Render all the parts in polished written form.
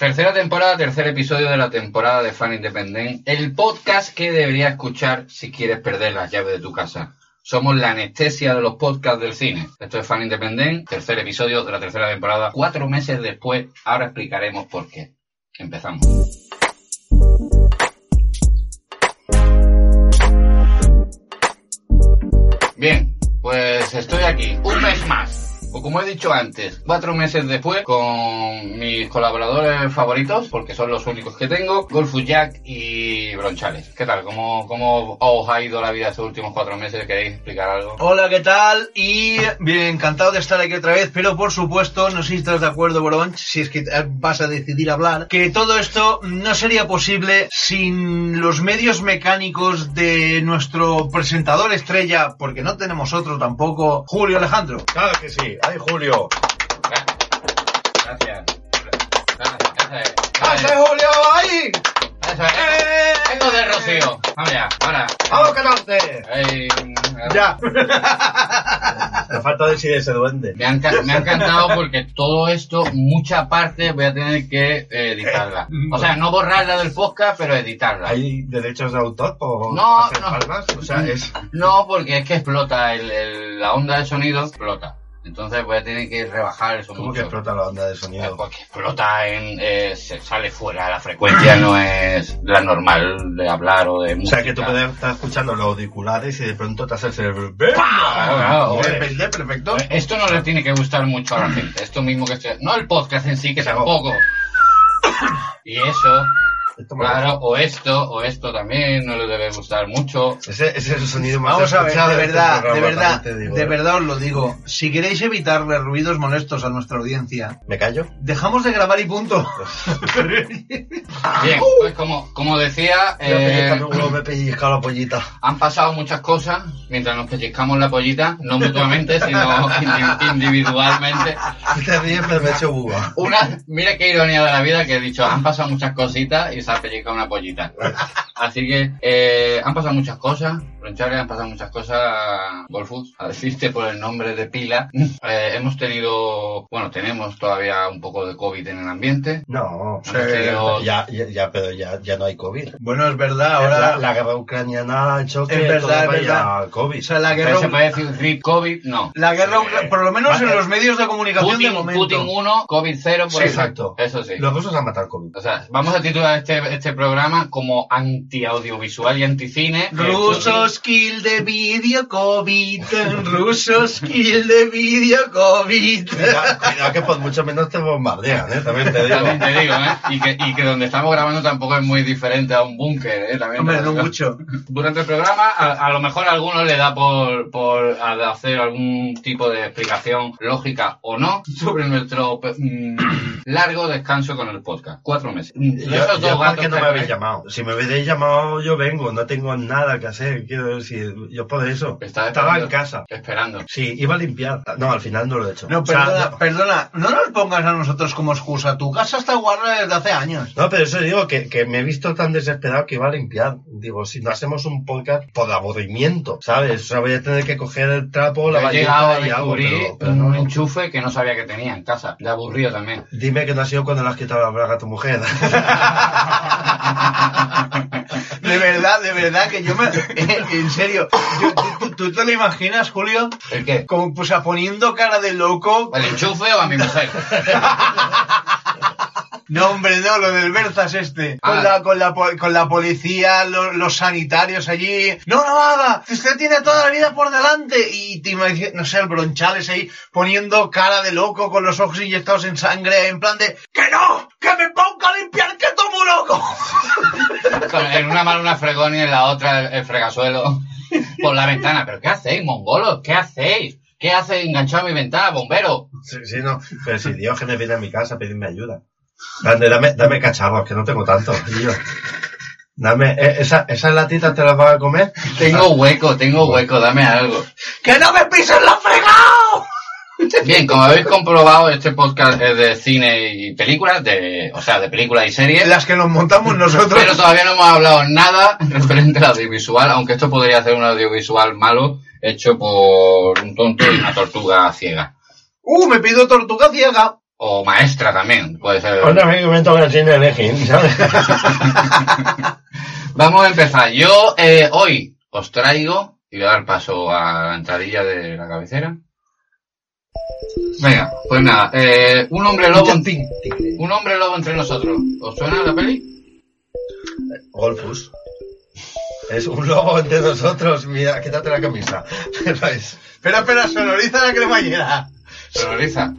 Tercera temporada, tercer episodio de la temporada de Fan Independent, el podcast que deberías escuchar si quieres perder las llaves de tu casa. Somos la anestesia de los podcasts del cine. Esto es Fan Independent, tercer episodio de la tercera temporada, 4 meses después. Ahora explicaremos por qué. Empezamos. Bien, pues estoy aquí, un mes más. O como he dicho antes, 4 meses después, con mis colaboradores favoritos, porque son los únicos que tengo, Golfus Jack y Bronchales. ¿Qué tal? ¿Cómo os ha ido la vida estos últimos 4 meses? ¿Queréis explicar algo? Hola, ¿qué tal? Y bien, encantado de estar aquí otra vez, pero por supuesto, no sé si estás de acuerdo, Bronch, si es que vas a decidir hablar, que todo esto no sería posible sin los medios mecánicos de nuestro presentador estrella, porque no tenemos otro tampoco, Julio Alejandro. Claro que sí. ¡Ay, Julio! Gracias. ¡Gracias, Julio! ¡Ahí! Eso es. Vengo de Rocío. Vamos ya, ahora. ¡Vamos, Canarte! Ya. Me falta decir ese duende. Me ha encantado porque todo esto, mucha parte voy a tener que editarla. O sea, no borrarla del podcast, pero editarla. ¿Hay derechos de autor por No, hacer palmas? O sea, es... No, porque es que explota, la onda de sonido explota. Entonces voy a tener que rebajar eso mucho. ¿Cómo que explota la onda de sonido? Porque explota se sale fuera, la frecuencia no es la normal de hablar o de música. O sea, que tú puedes estar escuchando los auriculares y de pronto te hace el cerebro... Claro. Perfecto. Esto no le tiene que gustar mucho a la gente. Esto mismo que estoy... No el podcast en sí, que tampoco. Y eso... Claro, o esto también no le debe gustar mucho. Ese es el sonido más Vamos a ver, escuchado de verdad os lo digo. Si queréis evitarle ruidos molestos a nuestra audiencia, ¿me callo? dejamos de grabar y punto. Bien, pues como decía, me he pellizcado la pollita. han pasado muchas cosas mientras nos pellizcamos la pollita, no mutuamente, sino individualmente. Este día me he hecho buba. Mira qué ironía de la vida que he dicho, han pasado muchas cositas y se ha pellizcado una pollita. Así que han pasado muchas cosas, Bronchales, han pasado muchas cosas, Golfus, a decirte por el nombre de pila. Tenemos todavía un poco de COVID en el ambiente. No, pero ya no hay COVID. Bueno, es verdad, ahora... La guerra ucraniana ha hecho que es verdad, todo vaya COVID. O sea, la guerra... ¿Se puede decir RIP COVID? No. La guerra, por lo menos en los medios de comunicación de momento. Putin 1, COVID 0, por sí, eso. Exacto. Eso sí. Los rusos han matado el COVID. O sea, vamos a titular este programa como anti-audiovisual y anticine. Rusos kill the video COVID. Rusos kill the video COVID. Cuidado que por mucho menos te bombardean, también te digo. También te digo, y que donde estamos grabando tampoco es muy diferente a un búnker, también. Hombre, no mucho. Durante el programa, a lo mejor a algunos le da por hacer algún tipo de explicación lógica o no sobre nuestro largo descanso con el podcast. 4 meses. Yo ¿por qué no me habéis llamado? Si me hubierais llamado, yo vengo, no tengo nada que hacer, quiero decir, yo por eso. Estaba en casa. Esperando. Sí, iba a limpiar. No, al final no lo he hecho. No, perdona, no nos pongas a nosotros como excusa. Tu casa está guarda desde hace años. No, pero eso digo, que me he visto tan desesperado que iba a limpiar. Digo, si no hacemos un podcast por aburrimiento, ¿sabes? O sea, voy a tener que coger el trapo, la valleta y algo. Pero un enchufe que no sabía que tenía en casa. De aburrido también. Dime que no ha sido cuando le has quitado la braga a tu mujer. De verdad que yo me... En serio, ¿tú te lo imaginas, Julio? ¿El qué? Como pues poniendo cara de loco. ¿El enchufe o a mi mujer? No, hombre, no, lo del Berzas con la policía, los sanitarios allí. No haga, usted tiene toda la vida por delante. Y te imaginas, no sé, el Bronchales ahí poniendo cara de loco con los ojos inyectados en sangre, en plan de ¡que no! ¡Que me ponga a limpiar, que tomo loco! En una mano una fregón y en la otra el fregasuelo por la ventana. ¿Pero qué hacéis, mongolos? ¿Qué hacéis? ¿Qué hacéis enganchado a mi ventana, bombero? Sí, no, pero si Diógenes viene a mi casa a pedirme ayuda. Dame cacharros, que no tengo tanto, tío. Dame, ¿esas latitas te las vas a comer? Tengo hueco, dame algo. ¡Que no me pises la fregado! Bien, como habéis comprobado, este podcast es de cine y películas, de películas y series. Las que nos montamos nosotros. Pero todavía no hemos hablado nada referente al audiovisual, aunque esto podría ser un audiovisual malo, hecho por un tonto y una tortuga ciega. Me pido tortuga ciega. O maestra también, puede ser. Un amigo me toca sin elegir, ¿sabes? Vamos a empezar. Yo hoy os traigo, y voy a dar paso a la entradilla de la cabecera. Venga, pues nada, un hombre lobo entre nosotros. ¿Os suena la peli? Golfus. Es un lobo entre nosotros. Mira, quítate la camisa. Espera, sonoriza la cremallera. Sonoriza.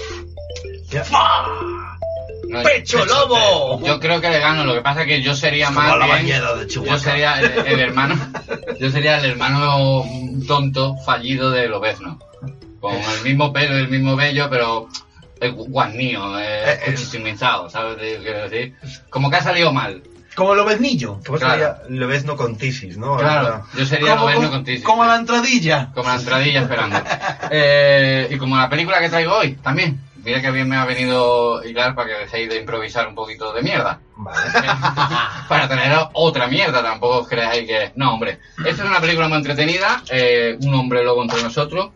No, ¡Pecho lobo! Yo creo que le gano, lo que pasa es que yo sería más bien, yo sería el hermano, yo sería el hermano tonto, fallido de Lobezno. Con el mismo pelo y el mismo vello, pero guarnío, cuchichimizado, ¿sabes? Quiero decir, como que ha salido mal. Como Lobeznillo. ¿Cómo sería Lobezno con tisis, no? Claro, yo sería Lobezno con tisis. Como la entradilla. Como la entradilla esperando. Y como la película que traigo hoy, también. Mira que bien me ha venido hilar para que dejéis de improvisar un poquito de mierda. Vale. Para tener otra mierda, tampoco os creáis que... No, hombre. Esta es una película muy entretenida, un hombre lobo entre nosotros.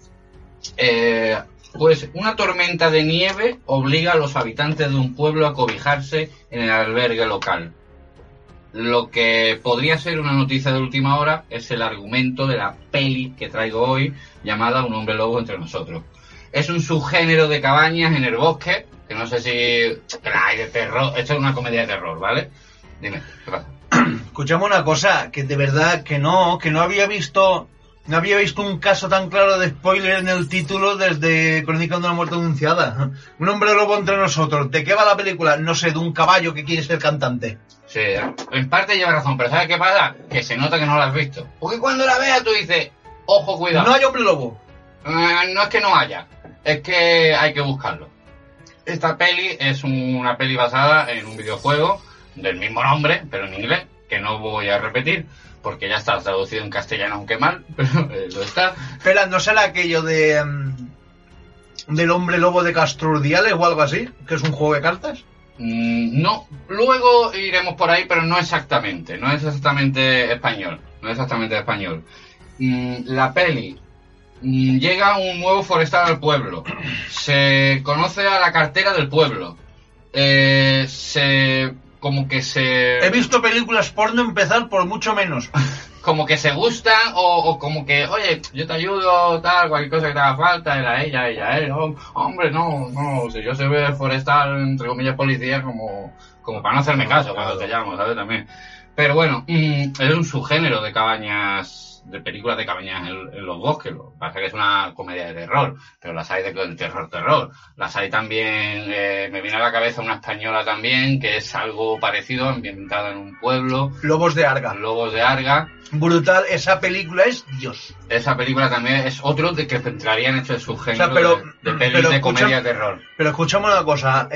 Pues una tormenta de nieve obliga a los habitantes de un pueblo a cobijarse en el albergue local. Lo que podría ser una noticia de última hora es el argumento de la peli que traigo hoy, llamada Un hombre lobo entre nosotros. Es un subgénero de cabañas en el bosque, que no sé si... que la hay de terror. Esto es una comedia de terror, ¿vale? Dime, ¿qué pasa? Escuchame una cosa, que de verdad que no había visto un caso tan claro de spoiler en el título desde Crónica de una muerte anunciada. Un hombre lobo entre nosotros. ¿De qué va la película? No sé, de un caballo que quiere ser cantante. Sí, en parte lleva razón, pero ¿sabes qué pasa? Que se nota que no la has visto. Porque cuando la veas tú dices, ojo, cuidado. No hay hombre lobo. No es que no haya, es que hay que buscarlo. Esta peli es una peli basada en un videojuego del mismo nombre, pero en inglés, que no voy a repetir, porque ya está traducido en castellano, aunque mal, pero lo está. Espera, ¿no será aquello de del hombre lobo de Castro Urdiales o algo así? ¿Que es un juego de cartas? No, luego iremos por ahí, pero no es exactamente español. La peli... llega un nuevo forestal al pueblo. Se conoce a la cartera del pueblo. He visto películas porno empezar por mucho menos. Como que se gustan o como que, oye, yo te ayudo, tal, cualquier cosa que te haga falta, ella, él. Oh, hombre, no, si yo soy el forestal, entre comillas, policía, como para no hacerme caso cuando te llamo, ¿sabes? También. Pero bueno, es un subgénero de cabañas, de películas de cabañas en los bosques. Lo que pasa es que es una comedia de terror, pero las hay de terror. Las hay también, me viene a la cabeza una española también, que es algo parecido, ambientada en un pueblo. Lobos de Arga. Brutal, esa película es Dios. Esa película también es otro de que entraría en este subgénero de pelis de comedia de terror. Pero escuchame una cosa,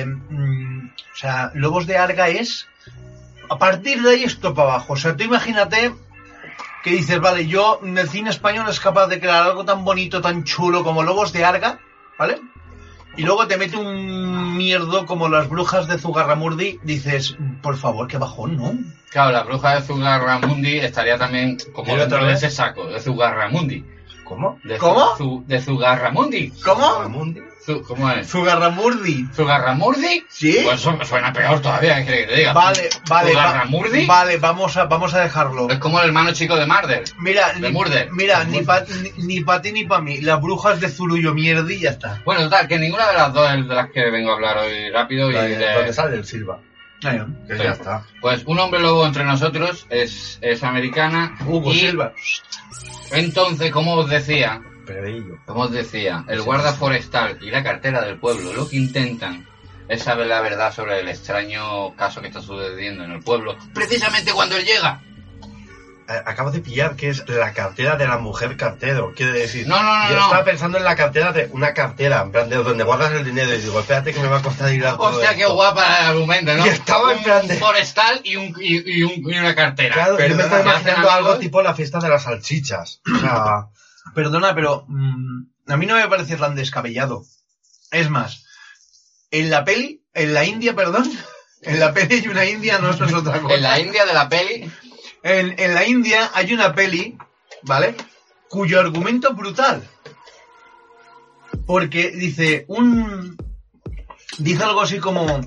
Lobos de Arga es... A partir de ahí esto para abajo. O sea, tú imagínate que dices, vale, yo en el cine español es capaz de crear algo tan bonito, tan chulo como Lobos de Arga, ¿vale? Y luego te mete un mierdo como Las brujas de Zugarramurdi, dices, por favor, qué bajón, ¿no? Claro, Las brujas de Zugarramurdi estaría también como dentro de ese saco, de Zugarramurdi. ¿Cómo? De Zugarramurdi. ¿Cómo? ¿Cómo es? Zugarramurdi. ¿Zugarramurdi? ¿Sí? Pues suena peor todavía, ¿qué quieres que te diga? Vale. ¿Zugarramurdi? Vale, vamos a dejarlo. Es como el hermano chico de Murder. Mira, ni para ti ni para mí. Las brujas de Zurullo Mierdi y ya está. Bueno, total, que ninguna de las dos es de las que vengo a hablar hoy rápido. Donde sale el Silva. Que ya está. Pues Un hombre lobo entre nosotros es americana. Hugo Silva. Entonces, como os decía, Pedrillo. el guarda forestal y la cartera del pueblo lo que intentan es saber la verdad sobre el extraño caso que está sucediendo en el pueblo, precisamente cuando él llega. Acabo de pillar que es la cartera de la mujer cartero. Quiere decir, No. Yo estaba pensando en la cartera de una cartera, en plan de donde guardas el dinero, y digo, espérate que me va a costar ir a todo. Hostia, qué guapa el argumento, ¿no? Y estaba en plan de... Un forestal y una cartera. Claro, yo me estaba imaginando algo tipo la fiesta de las salchichas. O sea... Perdona, pero a mí no me parece tan descabellado. Es más, en la India hay una India, no, eso es otra cosa. En la India de la peli... En la India hay una peli, ¿vale? Cuyo argumento es brutal. Porque dice, un Dice algo así como...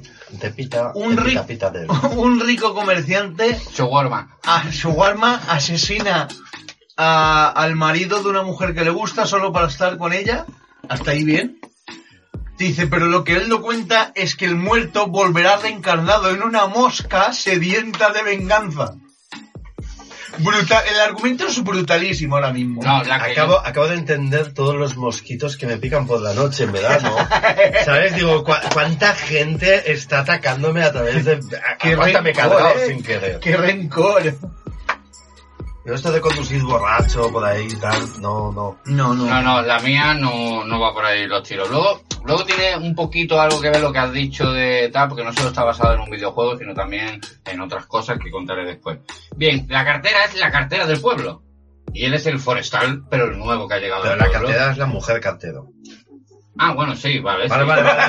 Un rico comerciante... Shawarma asesina al marido de una mujer que le gusta solo para estar con ella. Hasta ahí bien. Dice, pero lo que él no cuenta es que el muerto volverá reencarnado en una mosca sedienta de venganza. El argumento es brutalísimo ahora mismo. No, acabo de entender todos los mosquitos que me pican por la noche en verano. ¿Sabes? Digo, ¿cuánta gente está atacándome a través de... ¿Cuánta me he cargado sin querer? ¡Qué rencor! Pero esto de conducir borracho por ahí y tal, no, la mía no va por ahí los tiros. Luego tiene un poquito algo que ver lo que has dicho de tal, porque no solo está basado en un videojuego, sino también en otras cosas que contaré después. Bien, la cartera es la cartera del pueblo. Y él es el forestal, pero el nuevo que ha llegado al pueblo. Pero la cartera es la mujer cartero. Ah, bueno, sí, vale. Vale.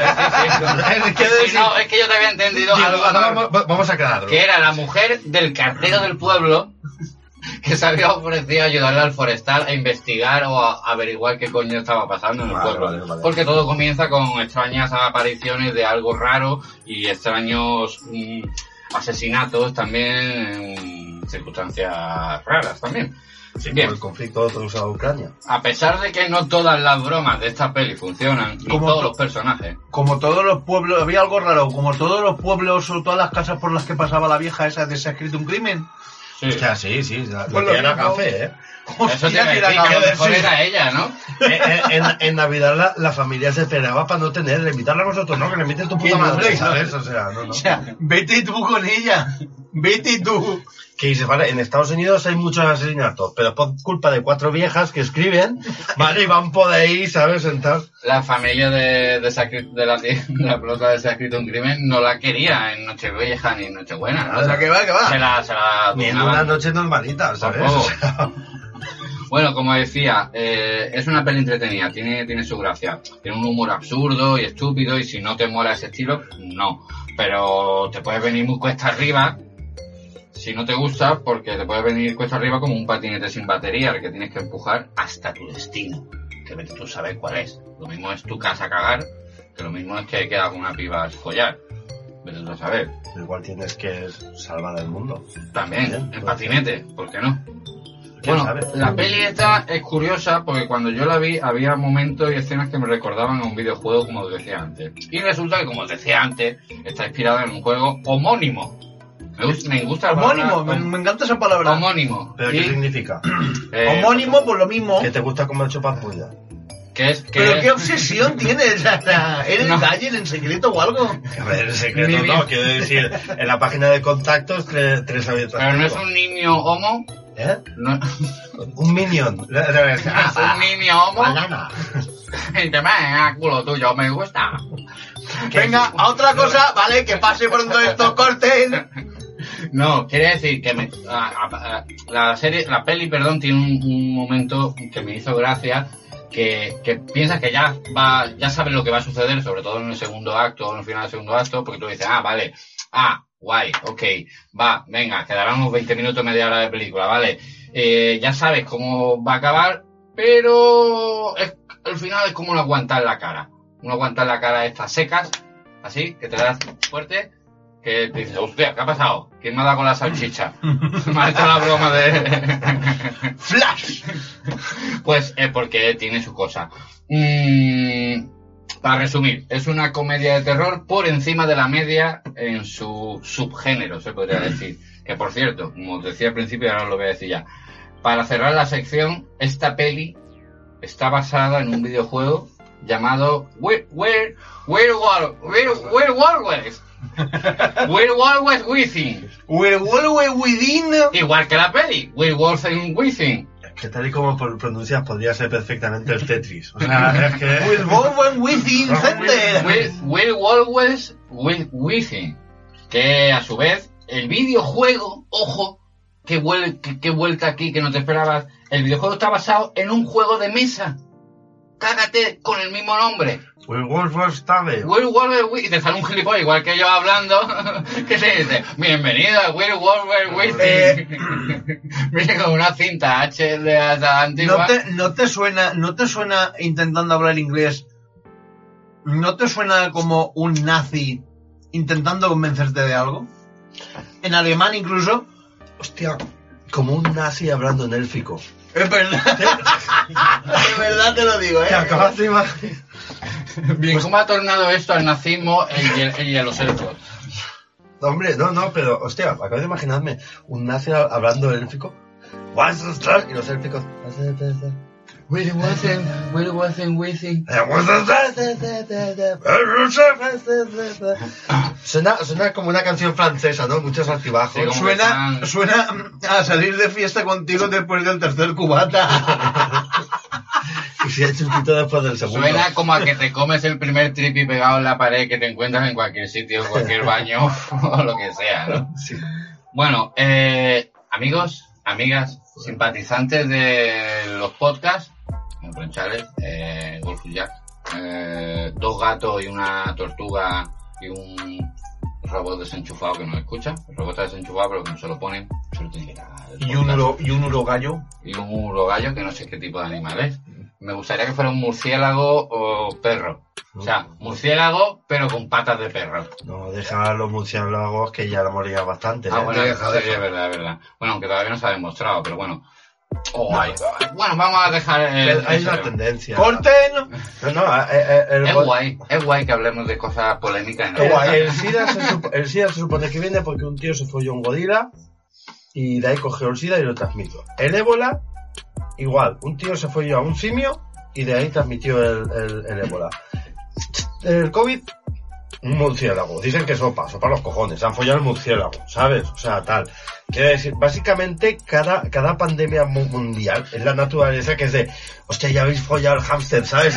Sí. No, es que yo te había entendido algo. Vamos a aclararlo. Que era la mujer del cartero del pueblo, que se había ofrecido ayudarle al forestal a investigar o a averiguar qué coño estaba pasando en el pueblo. Vale. Porque todo comienza con extrañas apariciones de algo raro y extraños asesinatos también en circunstancias raras también. Sí, bien. Por el conflicto de Ucrania. A pesar de que no todas las bromas de esta peli funcionan, ni todos los personajes. Como todos los pueblos, había algo raro, como todos los pueblos o todas las casas por las que pasaba la vieja esa de Se ha escrito un crimen. Sí. O sea, sí, lo que era café, ¿eh? Eso te decir que mejor era ella, ¿no? En Navidad la familia se esperaba para no tenerle, invitarla a nosotros, ¿no? Que le invites tu puta madre, ¿sabes? O sea, no. O sea, vete tú con ella, vete tú. Que dice, vale, en Estados Unidos hay muchos asesinatos, pero por culpa de 4 viejas que escriben, vale, y van por ahí, ¿sabes? Sentar. La familia de la pelota de Se ha escrito un crimen no la quería en Nochevieja ni en Nochebuena, ¿no? O sea, que va. Se la ni en una noche normalita, ¿sabes? O sea... Bueno, como decía, es una peli entretenida, tiene su gracia. Tiene un humor absurdo y estúpido, y si no te mola ese estilo, no. Pero te puedes venir muy cuesta arriba si no te gusta, porque te puede venir cuesta arriba como un patinete sin batería, al que tienes que empujar hasta tu destino, que vete tú sabes cuál es. Lo mismo es tu casa a cagar, que lo mismo es que queda con una piba a follar. Vete tú a saber. Igual tienes que salvar el mundo. También, en patinete, ¿por qué no? Bueno, la peli esta es curiosa porque cuando yo la vi había momentos y escenas que me recordaban a un videojuego, como os decía antes. Y resulta que, como os decía antes, está inspirada en un juego homónimo. Me gusta homónimo, me encanta esa palabra. Homónimo. ¿Pero qué significa? Homónimo, por lo mismo. Que te gusta comer chupapulla. Pero qué obsesión tienes. ¿Eres Galler en secreto o algo? A ver, en secreto no, quiero decir, en la página de contactos, 3 abiertas. Pero no es un niño homo. ¿Eh? No. Un minion. Un niño homo. Banana. Y te me culo tuyo, me gusta. Venga, a otra cosa, vale, que pase pronto estos cortes. No, quiere decir que la peli, tiene un momento que me hizo gracia, que piensas que ya sabes lo que va a suceder, sobre todo en el segundo acto o en el final del segundo acto, porque tú dices, vale, guay, ok, venga, quedarán unos 20 minutos, media hora de película, vale, ya sabes cómo va a acabar, pero al final es como un aguantar la cara estas secas, así, que te das fuerte, que te dices, hostia, ¿qué ha pasado? ¿Quién me ha dado con la salchicha? Me ha hecho la broma de... ¡Flash! Pues es porque tiene su cosa. Para resumir, es una comedia de terror por encima de la media en su subgénero, se podría decir. Que, por cierto, como os decía al principio, ahora os lo voy a decir ya. Para cerrar la sección, esta peli está basada en un videojuego llamado We're Always Within. Igual que la peli, We're Always Within. Que tal y como pronuncias podría ser perfectamente el Tetris. O sea, es que... We're Always Within Center. We're Always Within. Que a su vez, el videojuego, ojo, qué vuelta aquí que no te esperabas. El videojuego está basado en un juego de mesa. Cágate con el mismo nombre. Y te sale un gilipollas igual que yo hablando. ¿Qué se dice? Bienvenido a We're Always Within. Mira, con una cinta H de esa antigua. ¿No te suena intentando hablar inglés? ¿no te suena como un nazi intentando convencerte de algo? En alemán incluso. Hostia, como un nazi hablando en élfico. Es verdad. De verdad te lo digo, Te acabas de imaginar. Bien, ¿cómo ha tornado esto al nazismo y a los elfos? Hombre, no, pero, hostia, acabo de imaginarme un nazi hablando élfico. Y los élficos. Suena como una canción francesa, ¿no? Muchos altibajos. Sí, Suena a salir de fiesta contigo después del tercer cubata. Y si hay chupito después del segundo. Suena como a que te comes el primer tripi pegado en la pared que te encuentras en cualquier sitio, en cualquier baño o lo que sea, ¿no? Sí. Bueno, amigos, amigas, simpatizantes de los podcasts, Bronchales, Wolf Jack, dos gatos y una tortuga y un robot desenchufado que nos escucha. El robot está desenchufado, pero que no se lo ponen, se lo tiene que cagar. Y un urogallo. Y un urogallo, que no sé qué tipo de animal es. Me gustaría que fuera un murciélago o perro. O sea, murciélago, pero con patas de perro. No, deja a los murciélagos que ya lo moría bastante. Bueno, deja. es verdad. Bueno, aunque todavía no se ha demostrado, pero bueno. Bueno, vamos a dejar... hay una tendencia. ¡Corten! Es guay que hablemos de cosas polémicas. El SIDA se supone que viene porque un tío se folló un gorila y de ahí cogió el SIDA y lo transmitió. El ébola, igual, un tío se folló a un simio y de ahí transmitió el ébola. El COVID, un murciélago. Dicen que sopa los cojones. Se han follado el murciélago, ¿sabes? O sea, tal. Quiero decir, básicamente cada pandemia mundial es la naturaleza que es de, hostia, ya habéis follado el hámster, ¿sabes?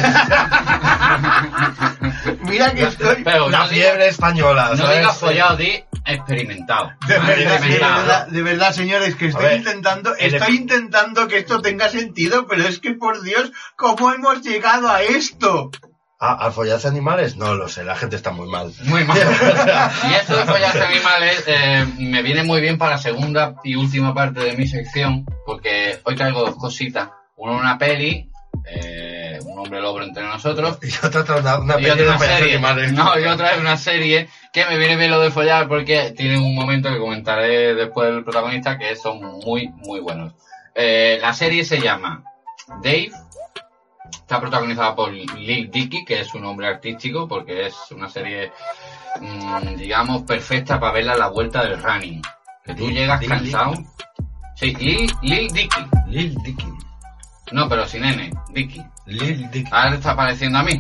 Mira que estoy... Pero la fiebre española, no ¿sabes? digas follado, di experimentado. De verdad, señores, que estoy intentando que esto tenga sentido, pero es que, por Dios, ¿cómo hemos llegado a esto? ¿Al follarse animales? No lo sé, la gente está muy mal. Muy mal. Y esto de follarse animales me viene muy bien para la segunda y última parte de mi sección, porque hoy traigo dos cositas. Una peli, Un hombre lobo entre nosotros. Y otra una peli de serie. Animales. No, y otra es una serie que me viene bien lo de follar porque tiene un momento que comentaré después del protagonista que son muy, muy buenos. La serie se llama Dave. Está protagonizada por Lil Dicky, que es su nombre artístico, porque es una serie, digamos, perfecta para verla a la vuelta del running. Que tú llegas cansado. Sí, Lil Dicky. Lil Dicky. No, pero sin N, Dicky. Lil Dicky. Ahora te está apareciendo a mí.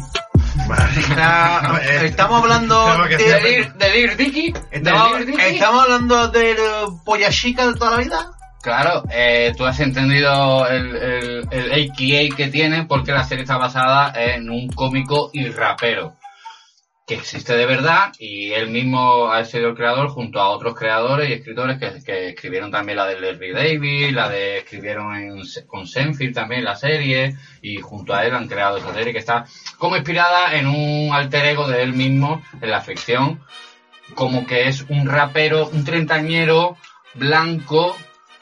Estamos hablando de Lil Dicky. ¿Estamos hablando del polla chica de toda la vida? Claro, tú has entendido el AKA que tiene porque la serie está basada en un cómico y rapero que existe de verdad y él mismo ha sido el creador junto a otros creadores y escritores que escribieron también la de Larry David, escribieron con Seinfeld también la serie y junto a él han creado esa serie que está como inspirada en un alter ego de él mismo en la ficción, como que es un rapero, un treintañero blanco,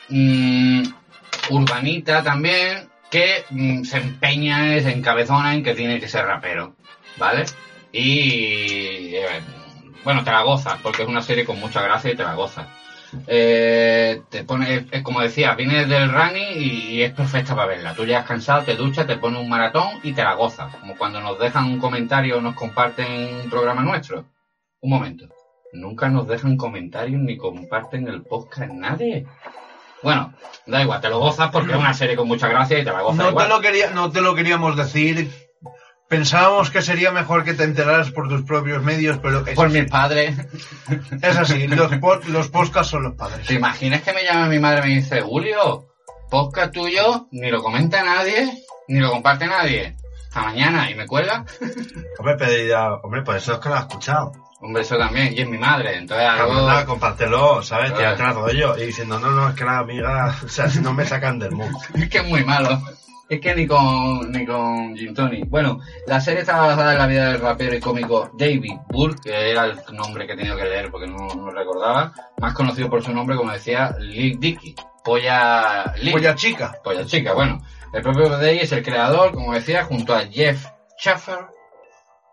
urbanita también, que se empeña, se encabezona en que tiene que ser rapero, ¿vale? Y bueno, te la gozas, porque es una serie con mucha gracia y te la gozas. Te pone, como decía, viene del running y es perfecta para verla. Tú llegas cansado, te duchas, te pones un maratón y te la gozas. Como cuando nos dejan un comentario o nos comparten un programa nuestro. Un momento. Nunca nos dejan comentarios ni comparten el podcast nadie. Bueno, da igual, te lo gozas porque es una serie con mucha gracia y te la gozas igual. No te lo queríamos decir. Pensábamos que sería mejor que te enteraras por tus propios medios, pero... Por mis padres. Es así, los podcasts son los padres. ¿Te imaginas que me llama mi madre y me dice, Julio, podcast tuyo, ni lo comenta nadie, ni lo comparte nadie? Hasta mañana, y me cuelga? Hombre, pues eso es que lo has escuchado. Hombre, eso también, y es mi madre, entonces algo... compártelo, ¿sabes? Tírate el rollo. Y diciendo, no, es que la amiga... O sea, si no me sacan del mood. Es que es muy malo. Es que ni con Gin Tonic. Bueno, la serie está basada en la vida del rapero y cómico David Burke, que era el nombre que he tenido que leer porque no recordaba. Más conocido por su nombre, como decía, Lil Dicky. Polla chica. Polla chica, bueno. El propio Dave es el creador, como decía, junto a Jeff Schaffer,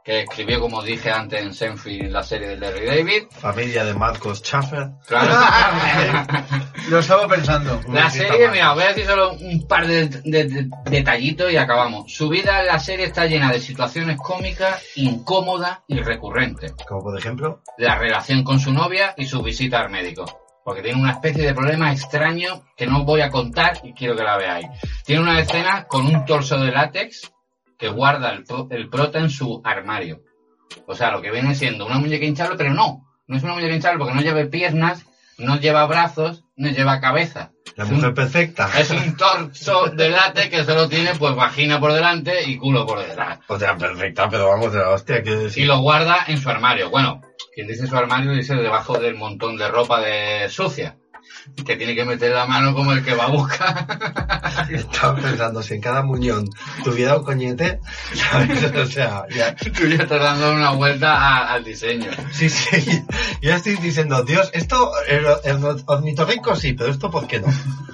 que escribió, como dije antes, en Seinfeld, la serie de Larry David. Familia de Marcos Schaffer. Claro. Lo estaba pensando. La serie, mira, os voy a decir solo un par de detallitos y acabamos. Su vida en la serie está llena de situaciones cómicas, incómodas y recurrentes. Como por ejemplo... La relación con su novia y su visita al médico. Porque tiene una especie de problema extraño que no os voy a contar y quiero que la veáis. Tiene una escena con un torso de látex que guarda el prota en su armario. O sea, lo que viene siendo una muñeca hinchable, pero no es una muñeca hinchable porque no lleva piernas, no lleva brazos, no lleva cabeza. La mujer perfecta. Es un torso de látex que solo tiene pues vagina por delante y culo por detrás. O sea, perfecta, pero vamos de la hostia, quiero decir. Y lo guarda en su armario. Bueno, quien dice su armario dice debajo del montón de ropa de sucia. Que tiene que meter la mano como el que va a buscar. Estaba pensando, si en cada muñón tuviera un coñete, ¿sabes? O sea, ya... Tú ya estás dando una vuelta al diseño. Sí, ya estoy diciendo, Dios, esto, el ornitorrinco sí, pero esto ¿por qué no?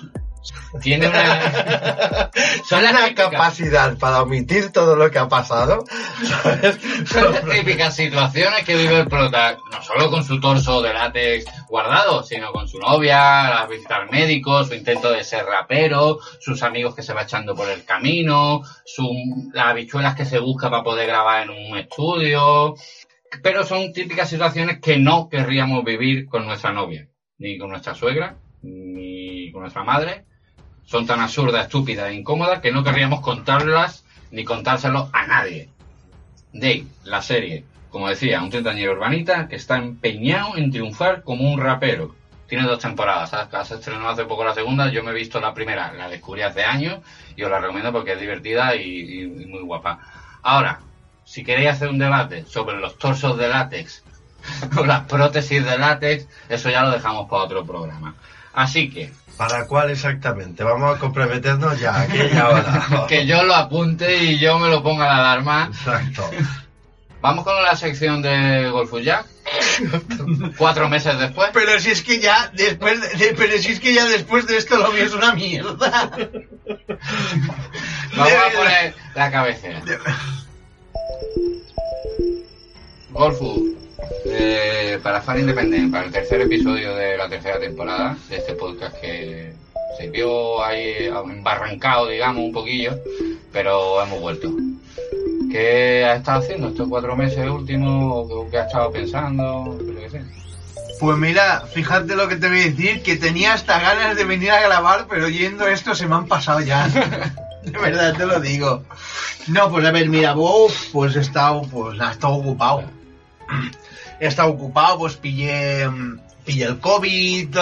Tiene una... Son una capacidad para omitir todo lo que ha pasado, ¿sabes? Son las típicas situaciones que vive el prota, no solo con su torso de látex guardado, sino con su novia, la visita al médico, su intento de ser rapero, sus amigos que se va echando por el camino, las habichuelas que se busca para poder grabar en un estudio. Pero son típicas situaciones que no querríamos vivir con nuestra novia, ni con nuestra suegra, ni con nuestra madre. Son tan absurdas, estúpidas e incómodas que no querríamos contarlas ni contárselo a nadie. Dave, la serie, como decía, un treintañero urbanita que está empeñado en triunfar como un rapero. Tiene 2 temporadas, ¿sabes? Se estrenó hace poco la segunda, yo me he visto la primera, la descubrí hace años y os la recomiendo porque es divertida y muy guapa. Ahora, si queréis hacer un debate sobre los torsos de látex o las prótesis de látex, eso ya lo dejamos para otro programa. Así que... ¿Para cuál exactamente? Vamos a comprometernos ya, aquí y ahora. Que yo lo apunte y yo me lo ponga la alarma. Exacto. Vamos con la sección de Golfus Jack. 4 meses después. Pero si es que ya después de esto lo mío es una mierda. Vamos a poner la cabecera. Golfus, para Fan Independent, para el tercer episodio de la tercera temporada de este podcast que se vio ahí embarrancado, digamos, un poquillo, pero hemos vuelto. ¿Qué has estado haciendo estos 4 meses últimos? ¿Qué has estado pensando? ¿Qué sé? Pues mira, fíjate lo que te voy a decir, que tenía hasta ganas de venir a grabar, pero yendo esto se me han pasado ya. De verdad te lo digo. No, pues a ver, mira, pues he estado ocupado. He estado ocupado, pues pillé el COVID,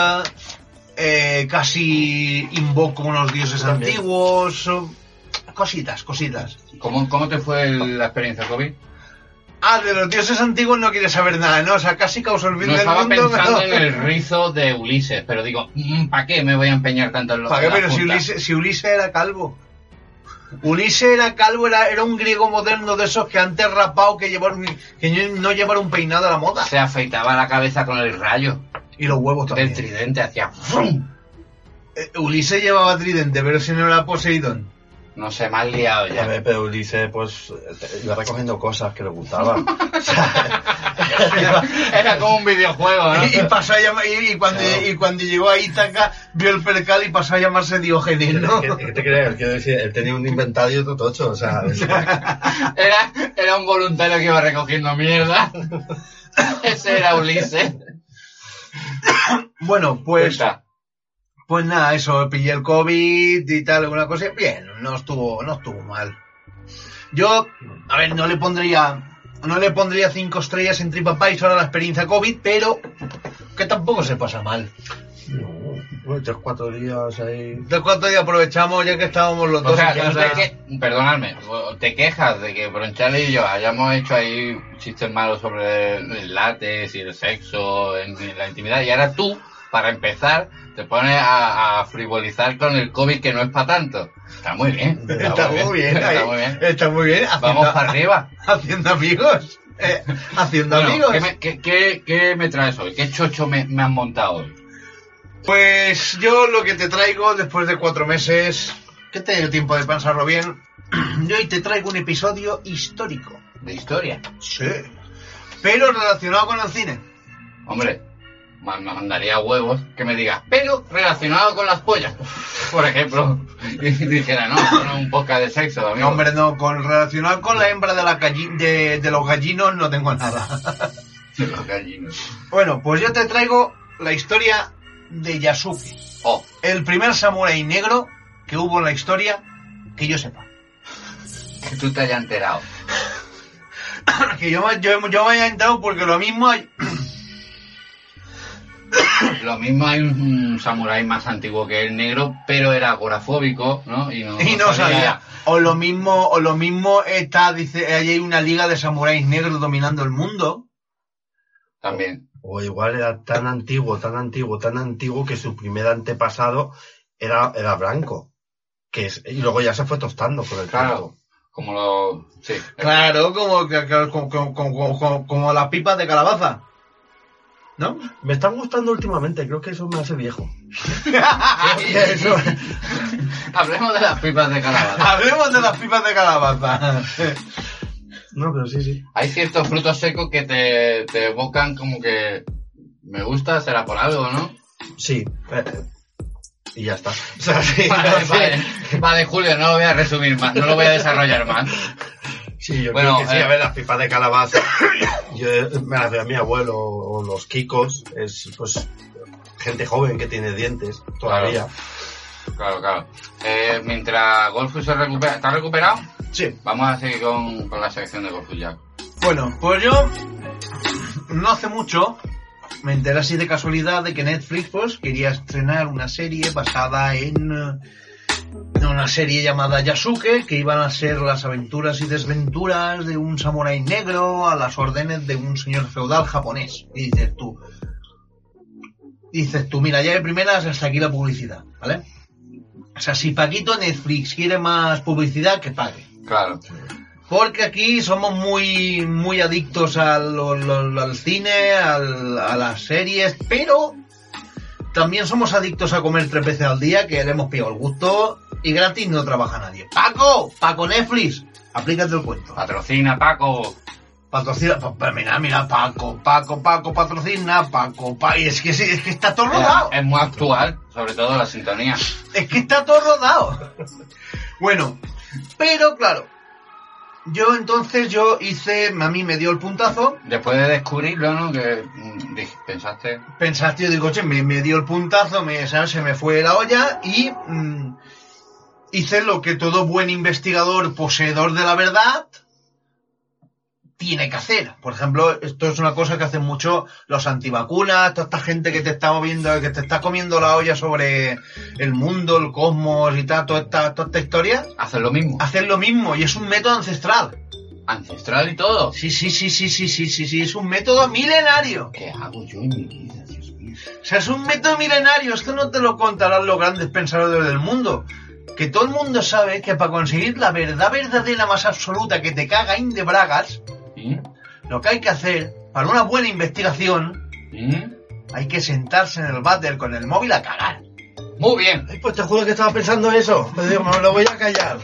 casi invoco unos dioses antiguos, cositas. ¿Cómo te fue la experiencia COVID? De los dioses antiguos no quieres saber nada, ¿no? O sea, casi causó el fin No del estaba mundo. pensando en el rizo de Ulises, pero digo, ¿para qué me voy a empeñar tanto en los ¿Para qué? Pero si Ulises era calvo. Ulises era calvo, era un griego moderno de esos que antes rapado, que no llevara un peinado a la moda. Se afeitaba la cabeza con el rayo. Y los huevos también. Del tridente, hacía ¡frum! Ulises llevaba tridente, pero si no era Poseidón. No sé, me has liado ya. A ver, pero Ulises, pues, iba recogiendo cosas que le gustaban. O sea, era como un videojuego, ¿no? Y pasó a llamar, y cuando llegó a Ítaca, vio el percal y pasó a llamarse Diógenes, ¿no? ¿Qué te crees? Quiero decir, él tenía un inventario totocho, o sea... Era un voluntario que iba recogiendo mierda. Ese era Ulises. Bueno, pues... Cuenta. Pues nada, eso, pillé el COVID y tal, alguna cosa. Bien, no estuvo mal. Yo, a ver, no le pondría 5 estrellas en TripAdvisor a la experiencia COVID, pero que tampoco se pasa mal. No, 3-4 días ahí... 3-4 días aprovechamos ya que estábamos los dos. O sea, en casa. perdonadme, te quejas de que Bronchale y yo hayamos hecho ahí chistes malos sobre el látex y el sexo en la intimidad, y ahora tú, para empezar, te pones a frivolizar con el COVID, que no es para tanto. Está muy bien. Está muy bien. Vamos para arriba. Haciendo amigos. Haciendo amigos. ¿Qué me traes hoy? ¿Qué chocho me has montado hoy? Pues yo lo que te traigo después de 4 meses, que he tenido tiempo de pensarlo bien, yo hoy te traigo un episodio histórico. de historia. Sí. Pero relacionado con el cine. Hombre, me mandaría huevos que me digas, pero relacionado con las pollas, por ejemplo. Y dijera, no es un podcast de sexo, amigo. No, hombre, no, relacionado con la hembra de, de los gallinos no tengo nada. De los gallinos. Bueno, pues yo te traigo la historia de Yasuke. Oh. El primer samurái negro que hubo en la historia, que yo sepa. Que tú te hayas enterado. Que yo me haya enterado porque lo mismo hay... Lo mismo hay un samurái más antiguo que el negro, pero era agorafóbico, ¿no? Y no sabía. O lo mismo está, dice, hay una liga de samuráis negros dominando el mundo. También. O igual era tan antiguo que su primer antepasado era blanco. Y luego ya se fue tostando con el tiempo. Como lo... Sí. Claro, como las pipas de calabaza. ¿No? Me están gustando últimamente, creo que eso me hace viejo. Hablemos de las pipas de calabaza. Hablemos de las pipas de calabaza. No, pero sí. Hay ciertos frutos secos que te evocan como que me gusta, será por algo, ¿no? Sí. Y ya está. O sea, sí, vale, Julio, no lo voy a resumir más, no lo voy a desarrollar más. Sí, yo creo que sí, a ver, las pipas de calabaza. Yo me las veo a mi abuelo o los kikos, es pues gente joven que tiene dientes todavía. Claro. Mientras Golfus se recupera, ¿está recuperado? Sí. Vamos a seguir con la sección de Golfus ya. Bueno, pues yo no hace mucho me enteré así de casualidad de que Netflix pues quería estrenar una serie basada en una serie llamada Yasuke, que iban a ser las aventuras y desventuras de un samurái negro a las órdenes de un señor feudal japonés. Y dices tú, mira, ya de primeras hasta aquí la publicidad, ¿vale? O sea, si Paquito Netflix quiere más publicidad, que pague. Claro. Porque aquí somos muy adictos al cine, a las series, pero también somos adictos a comer 3 veces al día, que le hemos pillado el gusto, y gratis no trabaja nadie. ¡Paco Netflix! Aplícate el cuento. Patrocina, Paco. Patrocina, mira, Paco, patrocina, y es que está todo rodado. Es muy actual, sobre todo la sintonía. Es que está todo rodado. Bueno, pero claro, yo hice, a mí me dio el puntazo. Después de descubrirlo, ¿no? Que pensaste, yo digo, che, me dio el puntazo, se me fue la olla y hice lo que todo buen investigador, poseedor de la verdad, tiene que hacer. Por ejemplo, esto es una cosa que hacen mucho los antivacunas, toda esta gente que te está moviendo, que te está comiendo la olla sobre el mundo, el cosmos y tal, toda esta historia. Hacen lo mismo. Hacen lo mismo y es un método ancestral. ¿Ancestral y todo? Sí, es un método milenario. ¿Qué hago yo en mi vida, Dios mío? O sea, es un método milenario, esto no te lo contarán los grandes pensadores del mundo. Que todo el mundo sabe que para conseguir la verdad verdadera más absoluta que te caga de bragas, lo que hay que hacer, para una buena investigación, hay que sentarse en el váter con el móvil a cagar. Muy bien. Ay, pues te juro que estaba pensando eso. Pero digo, me lo voy a callar.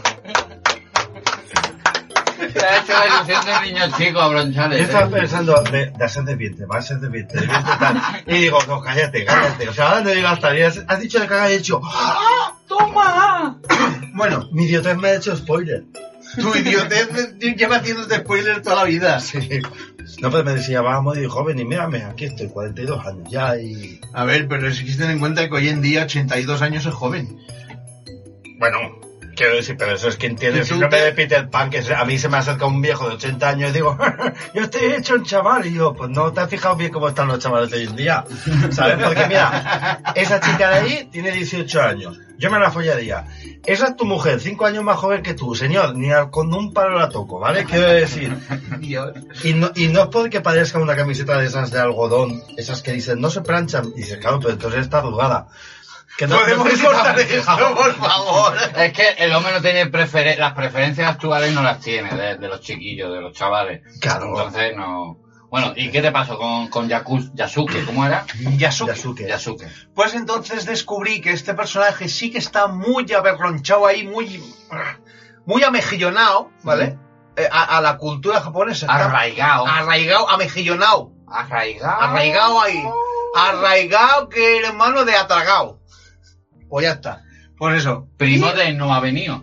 Te ha hecho la ilusión del niño chico a Bronchales. Yo estaba pensando, de ser desviente, va a ser desviente tal. Y digo, no, cállate. O sea, ahora no digo hasta. Has dicho de cagar y he dicho, ¡ah! ¡Toma! Bueno, mi idiotez me ha hecho spoiler. Tu idiotez lleva haciéndote spoiler toda la vida. Sí. No, pues me decía, vamos, y joven, y mírame, aquí estoy, 42 años ya y... A ver, pero si ten en cuenta que hoy en día 82 años es joven. Bueno, quiero decir, pero eso es que entiende el síndrome de Peter Pan, que a mí se me acerca un viejo de 80 años y digo, yo estoy hecho un chaval, y yo, pues no te has fijado bien cómo están los chavales de hoy en día, ¿sabes? Porque mira, esa chica de ahí tiene 18 años, yo me la follaría. Esa es tu mujer, 5 años más joven que tú, señor, ni con un palo la toco, ¿vale? Quiero decir, Dios. Y no es porque parezca una camiseta de esas de algodón, esas que dicen, no se planchan, y dices, claro, pero entonces está arrugada. Que no podemos cortar esto, por favor. Es que el hombre no tiene las preferencias actuales, no las tiene de los chiquillos, de los chavales. Claro. Entonces no. Bueno, ¿y qué te pasó con Yasuke? ¿Cómo era? Yasuke. Pues entonces descubrí que este personaje sí que está muy aberronchado ahí, muy amejillonado, ¿vale? a la cultura japonesa. Arraigado, amejillonado. arraigado. Arraigado ahí. Arraigado que el hermano de atragado. Pues ya está. Pues eso. Primo de no ha venido.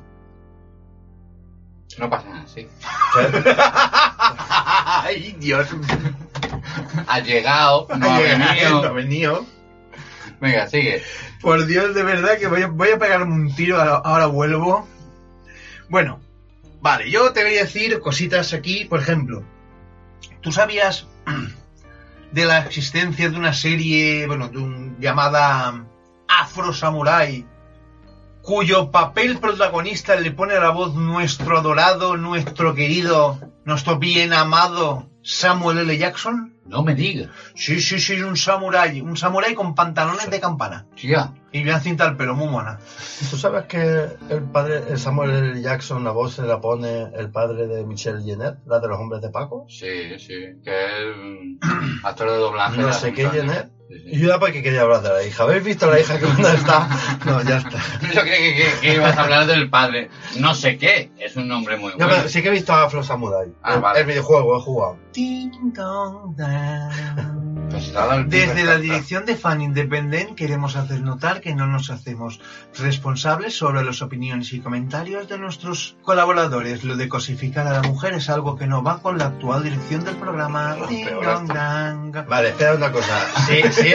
No pasa nada, sí. Ay, Dios. Ha llegado, no ha venido. No ha venido. Venga, sigue. Por Dios, de verdad que voy a pegarme un tiro, ahora vuelvo. Bueno, vale, yo te voy a decir cositas aquí, por ejemplo. ¿Tú sabías de la existencia de una serie, bueno, llamada Afro Samurai, cuyo papel protagonista le pone la voz nuestro adorado, nuestro querido, nuestro bien amado Samuel L. Jackson? No me digas. Sí, un samurái con pantalones de campana. Tía. Y una cinta al pelo, muy mona. ¿Tú sabes que el Samuel L. Jackson, la voz se la pone el padre de Michelle Jenner, la de los hombres de Paco? Sí, que es actor de doblaje. No sé qué Jenner. Sí. Y yo era porque quería hablar de la hija. ¿Habéis visto la hija que dónde está? No, ya está. Yo creí que ibas a hablar del padre. No sé qué, es un nombre muy bueno. No, pero sí que he visto a Afro Samurai. Vale. El videojuego he jugado. Ding dong dang. Pues nada, Desde la dirección de Fan Independent queremos hacer notar que no nos hacemos responsables sobre las opiniones y comentarios de nuestros colaboradores. Lo de cosificar a la mujer es algo que no va con la actual dirección del programa. Ding dong dang. Vale, espera una cosa. Si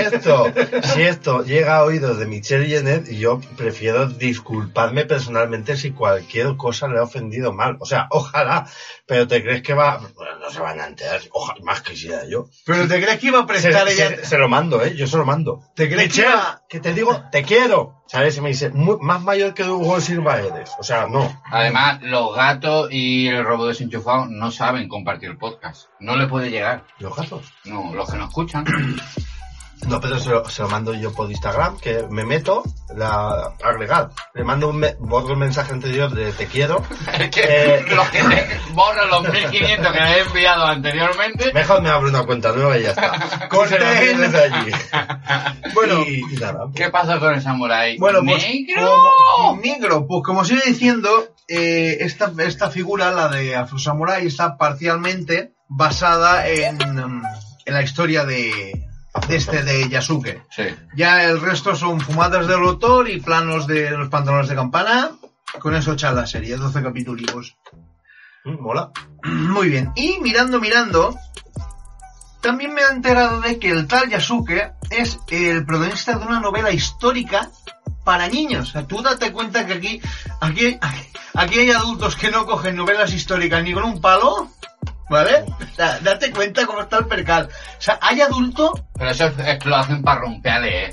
esto llega a oídos de Michelle Jenner, yo prefiero disculparme personalmente si cualquier cosa le ha ofendido mal. O sea, ojalá, pero ¿te crees que va...? Bueno, no se van a enterar, ojalá, más que sea yo. ¿Pero te crees que iba a prestar ella...? Se lo mando, yo se lo mando. ¿Te crees Michelle, que te digo, te quiero. ¿Sabes? Y me dice, más mayor que Hugo Silva eres. O sea, no. Además, los gatos y el robot desenchufado no saben compartir el podcast. No le puede llegar. ¿Los gatos? No, los que no escuchan. No, pero se lo mando yo por Instagram, que me meto agregar. Le mando borro el mensaje anterior de te quiero. Es que los que te borran los 1500 que le he enviado anteriormente. Mejor me abro una cuenta nueva y ya está. Corten desde allí. Bueno, y nada. ¿Qué pasa con el samurái? Bueno, pues, ¡Negro! Negro, pues como os iba diciendo, esta figura, la de Afro Samurai, está parcialmente basada en la historia de Yasuke. Sí. Ya el resto son fumadas del autor y planos de los pantalones de campana. Con eso echa la serie, 12 capítulos. Mola. Muy bien. Y mirando, también me he enterado de que el tal Yasuke es el protagonista de una novela histórica para niños. O sea, tú date cuenta que aquí hay adultos que no cogen novelas históricas ni con un palo. ¿Vale? O sea, date cuenta cómo está el percal. O sea, hay adultos... Pero eso es que lo hacen para romperle,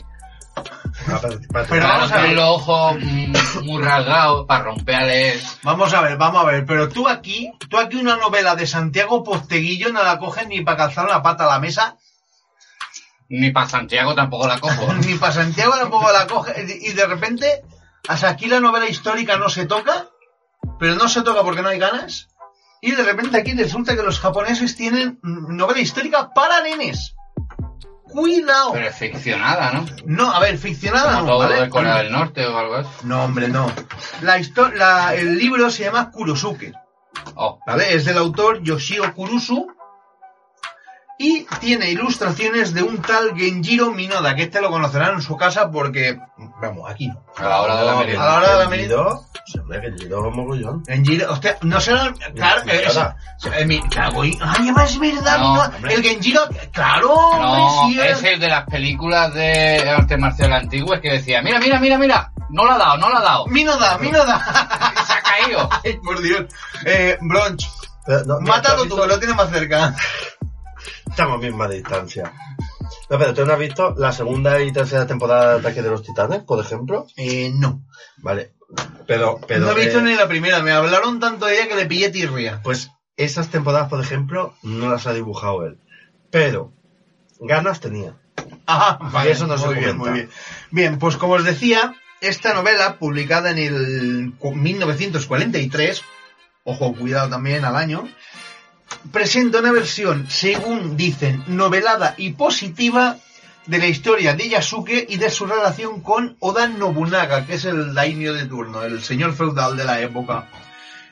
Pero vamos a ver. Los ojos muy rasgados para romperle. Vamos a ver. Pero tú aquí una novela de Santiago Posteguillo no la coges ni para calzar una pata a la mesa. Ni para Santiago tampoco la cojo. Ni para Santiago tampoco la coges. Y de repente, hasta aquí la novela histórica no se toca. Pero no se toca porque no hay ganas. Y de repente aquí resulta que los japoneses tienen novela histórica para nenes. Cuidado. Pero es ficcionada, ¿no? No, a ver, ficcionada como no, todo ¿vale? de Corea del Norte o algo así. No, hombre, no. El libro se llama Kurosuke. Oh. ¿Vale? Es del autor Yoshio Kurusu. Y tiene ilustraciones de un tal Genjiro Minoda, que lo conocerán en su casa porque... Vamos, aquí no. A la hora de la merienda. A la hora de la merienda. Genjiro mogollón. Genjiro, hostia, no será... Claro, cago ahí. Ay, es verdad, No, el Genjiro... Claro, No, hombre, sí. es el de las películas de arte marcial antiguas que decía, mira, no la ha dado. Minoda. Se ha caído. Ay, por Dios. Bronch, No, mátalo tú, que lo tienes más cerca. Estamos a misma distancia. No, pero ¿tú no has visto la segunda y tercera temporada de Ataque de los Titanes, por ejemplo? No. Vale. Pero no he visto ni la primera, me hablaron tanto de ella que le pillé tirria. Pues esas temporadas, por ejemplo, no las ha dibujado él. Pero ganas tenía. Ajá, vale, y eso no se comenta. Muy bien. Bien, pues como os decía, esta novela, publicada en el 1943, ojo, cuidado también al año, presenta una versión, según dicen, novelada y positiva de la historia de Yasuke y de su relación con Oda Nobunaga, que es el daimyo de turno, el señor feudal de la época.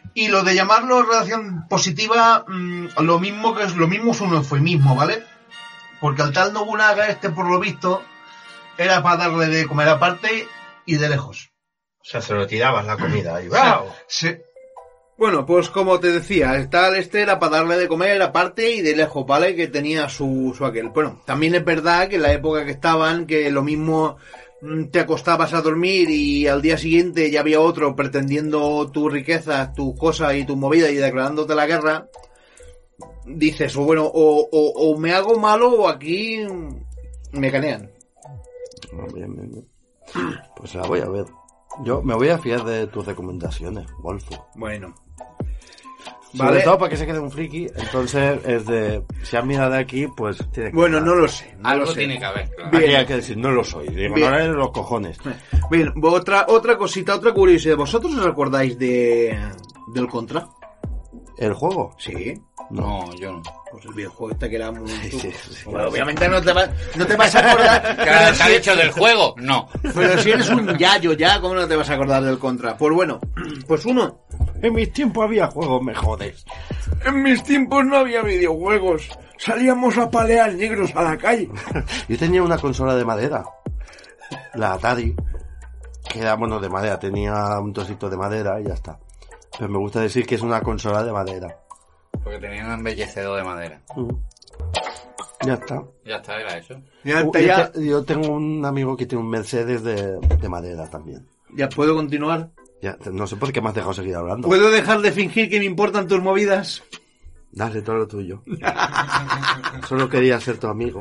Y lo de llamarlo relación positiva, lo mismo es un eufemismo, ¿vale? Porque al tal Nobunaga, por lo visto, era para darle de comer aparte y de lejos. O sea, se lo tirabas la comida y ¡wow! Sí. Bueno, pues como te decía, el tal era para darle de comer aparte y de lejos, ¿vale? Que tenía su aquel. Bueno, también es verdad que en la época que estaban, que lo mismo te acostabas a dormir y al día siguiente ya había otro pretendiendo tus riquezas, tus cosas y tus movidas y declarándote la guerra. Dices, o bueno, o me hago malo o aquí me canean. Bien. Pues la voy a ver. Yo me voy a fiar de tus recomendaciones, Wolfo. Bueno. Sobre Vale. todo para que se quede un friki, entonces es de... Si has mirado aquí, pues tiene que... Bueno, no lo sé. No Algo lo sé. tiene que haber, claro. Bien. Aquí hay que decir, no lo soy. Digo, Bien. no eres los cojones. Bien, otra cosita, otra curiosidad. ¿Vosotros os acordáis del Contra? ¿El juego? Sí. No, yo no. Pues el videojuego que era muy... Sí. Bueno, obviamente no te vas a acordar. Claro, pero ¿te ha dicho del juego? No. Pero si eres un yayo ya, ¿cómo no te vas a acordar del Contra? Pues bueno, pues uno. En mis tiempos había juegos, me jodes. En mis tiempos no había videojuegos. Salíamos a palear negros a la calle. Yo tenía una consola de madera. La Atari. Que era, bueno, de madera. Tenía un trocito de madera y ya está. Pero me gusta decir que es una consola de madera. Porque tenía un embellecedor de madera. Ya está. Ya está, era eso. Yo tengo un amigo que tiene un Mercedes de madera también. ¿Ya puedo continuar? Ya, no sé por qué me has dejado seguir hablando. ¿Puedo dejar de fingir que me importan tus movidas? Dale todo lo tuyo. Solo quería ser tu amigo.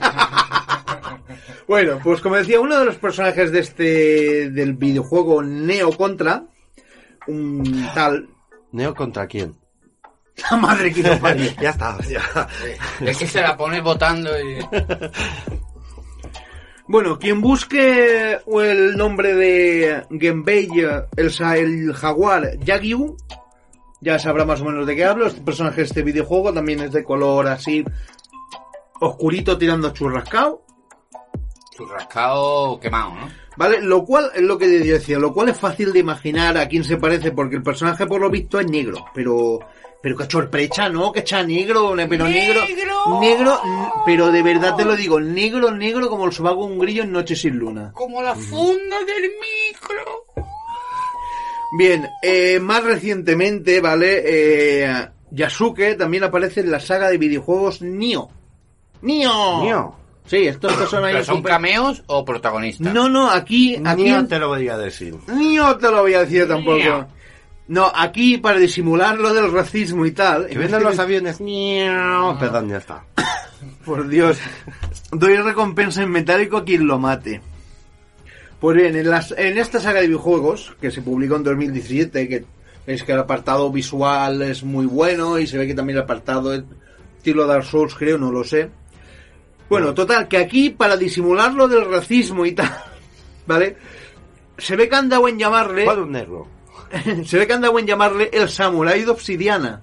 Bueno, pues como decía, uno de los personajes del videojuego Neo Contra, un tal... ¿Neo contra quién? La madre que lo parió. Ya está, ya. Es que se la pone votando y... Bueno, quien busque el nombre de Genbei, el jaguar Yagyu, ya sabrá más o menos de qué hablo. Este personaje de este videojuego también es de color así oscurito tirando churrascao. Churrascao quemado, ¿no? ¿Vale? Lo cual es lo que yo decía, lo cual es fácil de imaginar a quién se parece, porque el personaje por lo visto es negro, pero que sorpresa, ¿no? Que echa negro, pero negro, pero de verdad te lo digo, negro como el sobaco de un grillo en Noche sin Luna. Como la funda del micro. Bien, más recientemente, ¿vale? Yasuke también aparece en la saga de videojuegos Nioh. ¿Nioh? Sí, estos son ahí... ¿Pero son cameos o protagonistas? No, aquí Nioh te lo voy a decir. Nioh te lo voy a decir tampoco. Nioh. No, aquí para disimular lo del racismo y tal... Que vienen los aviones. Nioh. Perdón, ya está. Por Dios. Doy recompensa en metálico a quien lo mate. Pues bien, en esta saga de videojuegos, que se publicó en 2017, que es que el apartado visual es muy bueno y se ve que también el apartado es estilo Dark Souls, creo, no lo sé. Bueno, total, que aquí para disimular lo del racismo y tal, ¿vale? Se ve que han dado en llamarle... ¿Cuál un negro? Se ve que han dado en llamarle el samurái de obsidiana.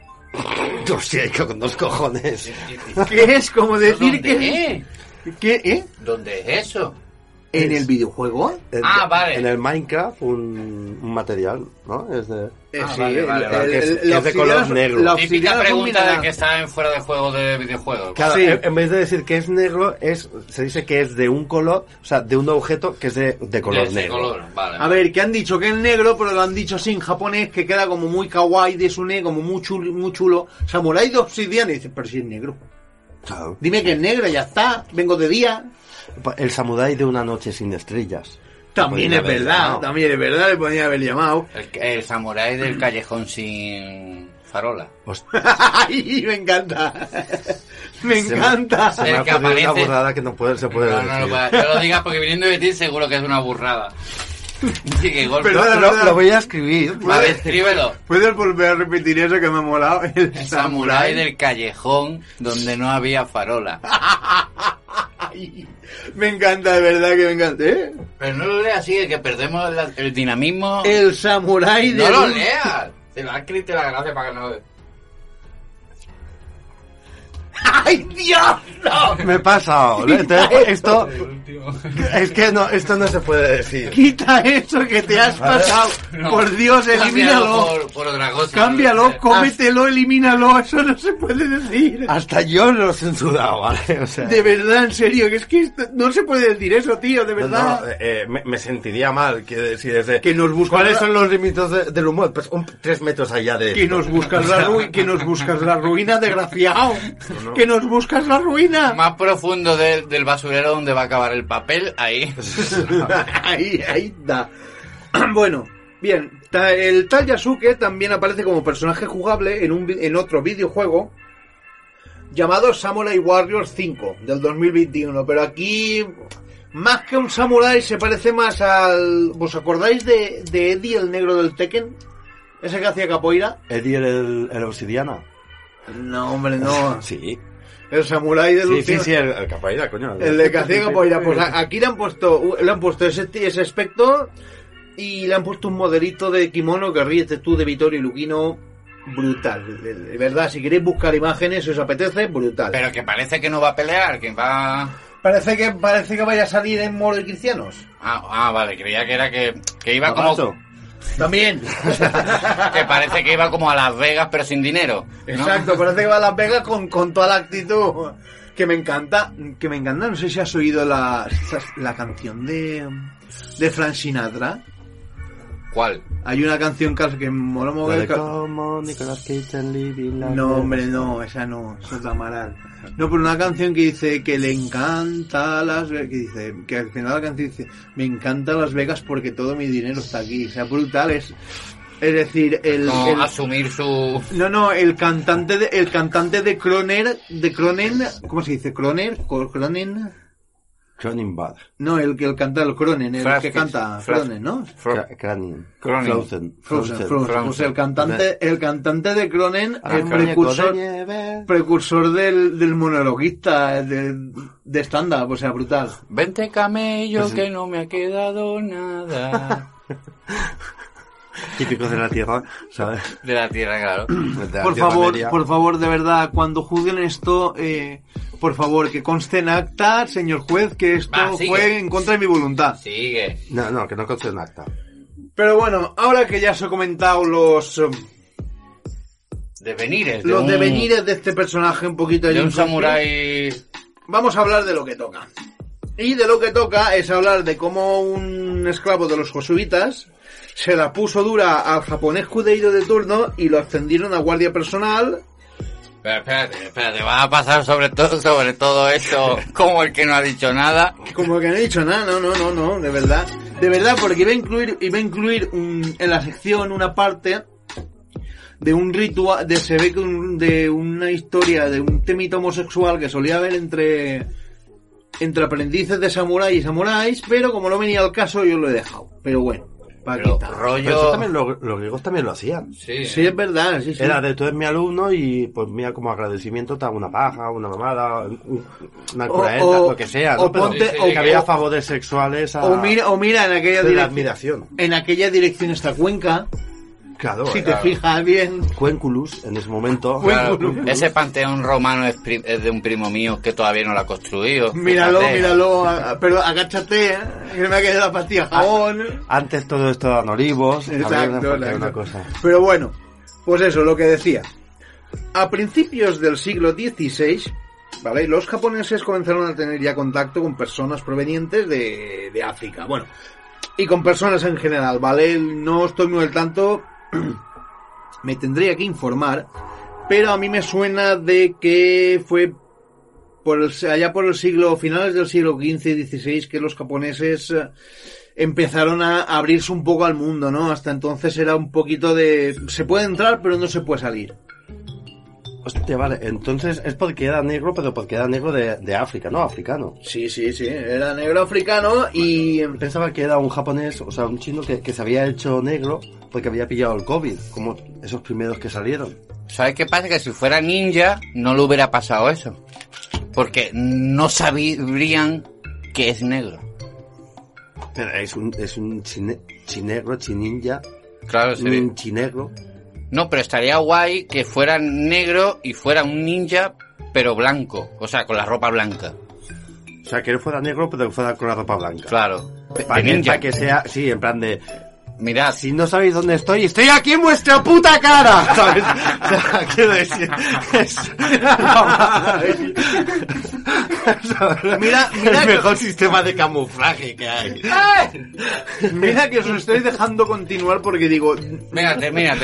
Hostia, con dos cojones. Que es como decir ¿Dónde que... ¿Dónde es eso? ¿En el videojuego? Vale. En el Minecraft, un material, ¿no? Es de... Vale. Que es de color negro. La Típica obsidiana es un pregunta de mineral. que está en fuera de juego de videojuegos. Claro, Sí. en vez de decir que es negro, se dice que es de un color, o sea, de un objeto que es de color De ese negro. color, vale. A ver, que han dicho que es negro, pero lo han dicho así en japonés, que queda como muy kawaii de Sune, como muy chulo. Samurai de obsidiana. Y dice, pero si es negro. Claro. Dime que es negro, ya está. Vengo de día. El samurái de una noche sin estrellas. También Le es podría haber verdad, llamado. también es verdad, le podía haber llamado. El samurái del callejón sin farola. Hostia, ¡Ay, me encanta! Me encanta. se me El ha que ocurrido una aparece- burrada que se puede No, decir. no lo digas porque viniendo de ti seguro que es una burrada. Sí, que golpe. Perdona, Lo voy a escribir. Vale, escríbelo. ¿Puedes volver a repetir eso que me ha molado? El Samurái del callejón donde no había farola. Ay, me encanta, de verdad que me encanta. ¿Eh? Pero no lo leas así, que perdemos el dinamismo. El samurái de... No lo leas. Te lo ha escrito la gracia para que no lo ¡Ay, Dios! ¡No! Me he pasado. Esto es que no, esto no se puede decir. Quita eso que te has pasado. No. Por Dios, elimínalo. Por otra cosa. Cámbialo, cómetelo, elimínalo. Eso no se puede decir. Hasta yo lo he censurado, ¿vale? O sea, De verdad, en serio, que es que no se puede decir eso, tío, de verdad. me sentiría mal. Quiero decir, desde, Que nos buscas ¿cuáles la- son los límites del humor? Pues 3 metros allá de Que esto. nos buscas la ruina, desgraciado. No. Que nos buscas la ruina. Más profundo del basurero donde va a acabar el papel, ahí. Ahí da. Bueno, bien. El tal Yasuke también aparece como personaje jugable en otro videojuego llamado Samurai Warriors 5 del 2021. Pero aquí, más que un samurai, se parece más al... ¿Vos acordáis de Eddie, el negro del Tekken? Ese que hacía capoeira. ¿Eddie el obsidiana? No, hombre, no. Sí. El samurái del Sí, último... el capoeira, coño. El de que hacía capoeira. Pues aquí le han puesto ese aspecto y le han puesto un modelito de kimono que ríete tú de Vittorio Luquino. Brutal. De verdad, si queréis buscar imágenes, si os apetece, brutal. Pero que parece que no va a pelear, que va... Parece que vaya a salir en modo de cristianos. Vale, creía que era que iba Abasto. como... También. Que parece que iba como a Las Vegas, pero sin dinero, ¿no? Exacto, parece que va a Las Vegas con toda la actitud. Que me encanta. No sé si has oído la canción de Frank Sinatra. ¿Cuál? Hay una canción que mola mover. Como Nicolas Cage and Living la No, vida. hombre, no, esa no, eso es la Amaral. No, pero una canción que dice que le encanta Las Vegas, que dice, que al final la canción dice, me encanta Las Vegas porque todo mi dinero está aquí. O sea, brutal, es decir, No, asumir su... No, el cantante de Cronen, ¿cómo se dice? Cronen. Cronenberg. No, el canta el Cronen, el Flash que Kiss. canta Flash. Cronen, ¿no? Cronin. Cronin. Frozen. Pues el cantante de Cronen, Ah, el precursor del monologuista de stand-up, o sea, brutal. Vente camello que no me ha quedado nada. Típicos de la tierra, ¿sabes? De la tierra, claro. De la Por Tierra favor, Media. por favor, de verdad, cuando juzguen esto, por favor, que conste en acta, señor juez, que esto Va, sigue. fue en contra de mi voluntad. Sigue. No, que no conste en acta. Pero bueno, ahora que ya os he comentado los Devenires. devenires de este personaje un poquito De un infantil, samurái... vamos a hablar de lo que toca. Y de lo que toca es hablar de cómo un esclavo de los jesuitas se la puso dura al japonés judeiro de turno y lo ascendieron a guardia personal. Pero espérate, vas a pasar sobre todo esto como el que no ha dicho nada. Como que no he dicho nada, no, de verdad. De verdad, porque iba a incluir en la sección una parte de un ritual, se ve que de una historia, de un temita homosexual que solía haber entre aprendices de samurái y samuráis, pero como no venía al caso yo lo he dejado. Pero bueno, para Pero quitar. Pero eso rollo... también los griegos también lo hacían. Sí, Sí, es verdad, sí. Era de tú eres mi alumno y pues mira como agradecimiento te hago una paja, una mamada, una curaeta, lo que sea, ¿no? o Pero ponte- sí, que había favores sexuales a... O mira en aquella de la dirección. admiración. En aquella dirección está Cuenca. Claro, Si te claro. fijas bien. Cuenculus en ese momento. Claro, Bueno, ese panteón romano es de un primo mío que todavía no lo ha construido. Míralo, Fíjate. pero agáchate, que me ha quedado la pastilla jabón. Antes todo esto eran olivos. Exacto, había una exacto. cosa. Pero bueno, pues eso, lo que decía. A principios del siglo XVI, ¿vale? Los japoneses comenzaron a tener ya contacto con personas provenientes de África. Bueno, y con personas en general, ¿vale? No estoy muy al tanto, me tendría que informar, pero a mí me suena de que fue allá por el finales del siglo XV y XVI que los japoneses empezaron a abrirse un poco al mundo, ¿no? Hasta entonces era un poquito de... se puede entrar, pero no se puede salir. Hostia, vale. Entonces es porque era negro, pero porque era negro de África, ¿no? Africano. Sí, era negro africano y... Pensaba que era un japonés, o sea, un chino que se había hecho negro porque había pillado el COVID, como esos primeros que salieron. ¿Sabes qué pasa? Que si fuera ninja no le hubiera pasado eso. Porque no sabrían que es negro. Pero es un chinegro, chininja, Claro, sería... chinegro. No, pero estaría guay que fuera negro y fuera un ninja, pero blanco, o sea, con la ropa blanca. O sea, que él fuera negro, pero que fuera con la ropa blanca. Claro. Para De ninja. que sea, sí, en plan de... Mirad, Si no sabéis dónde estoy aquí en vuestra puta cara, ¿sabes? O sea, quiero decir... Mira el que- mejor sistema de camuflaje que hay. Mira que os lo estoy dejando continuar porque digo... venga, termina.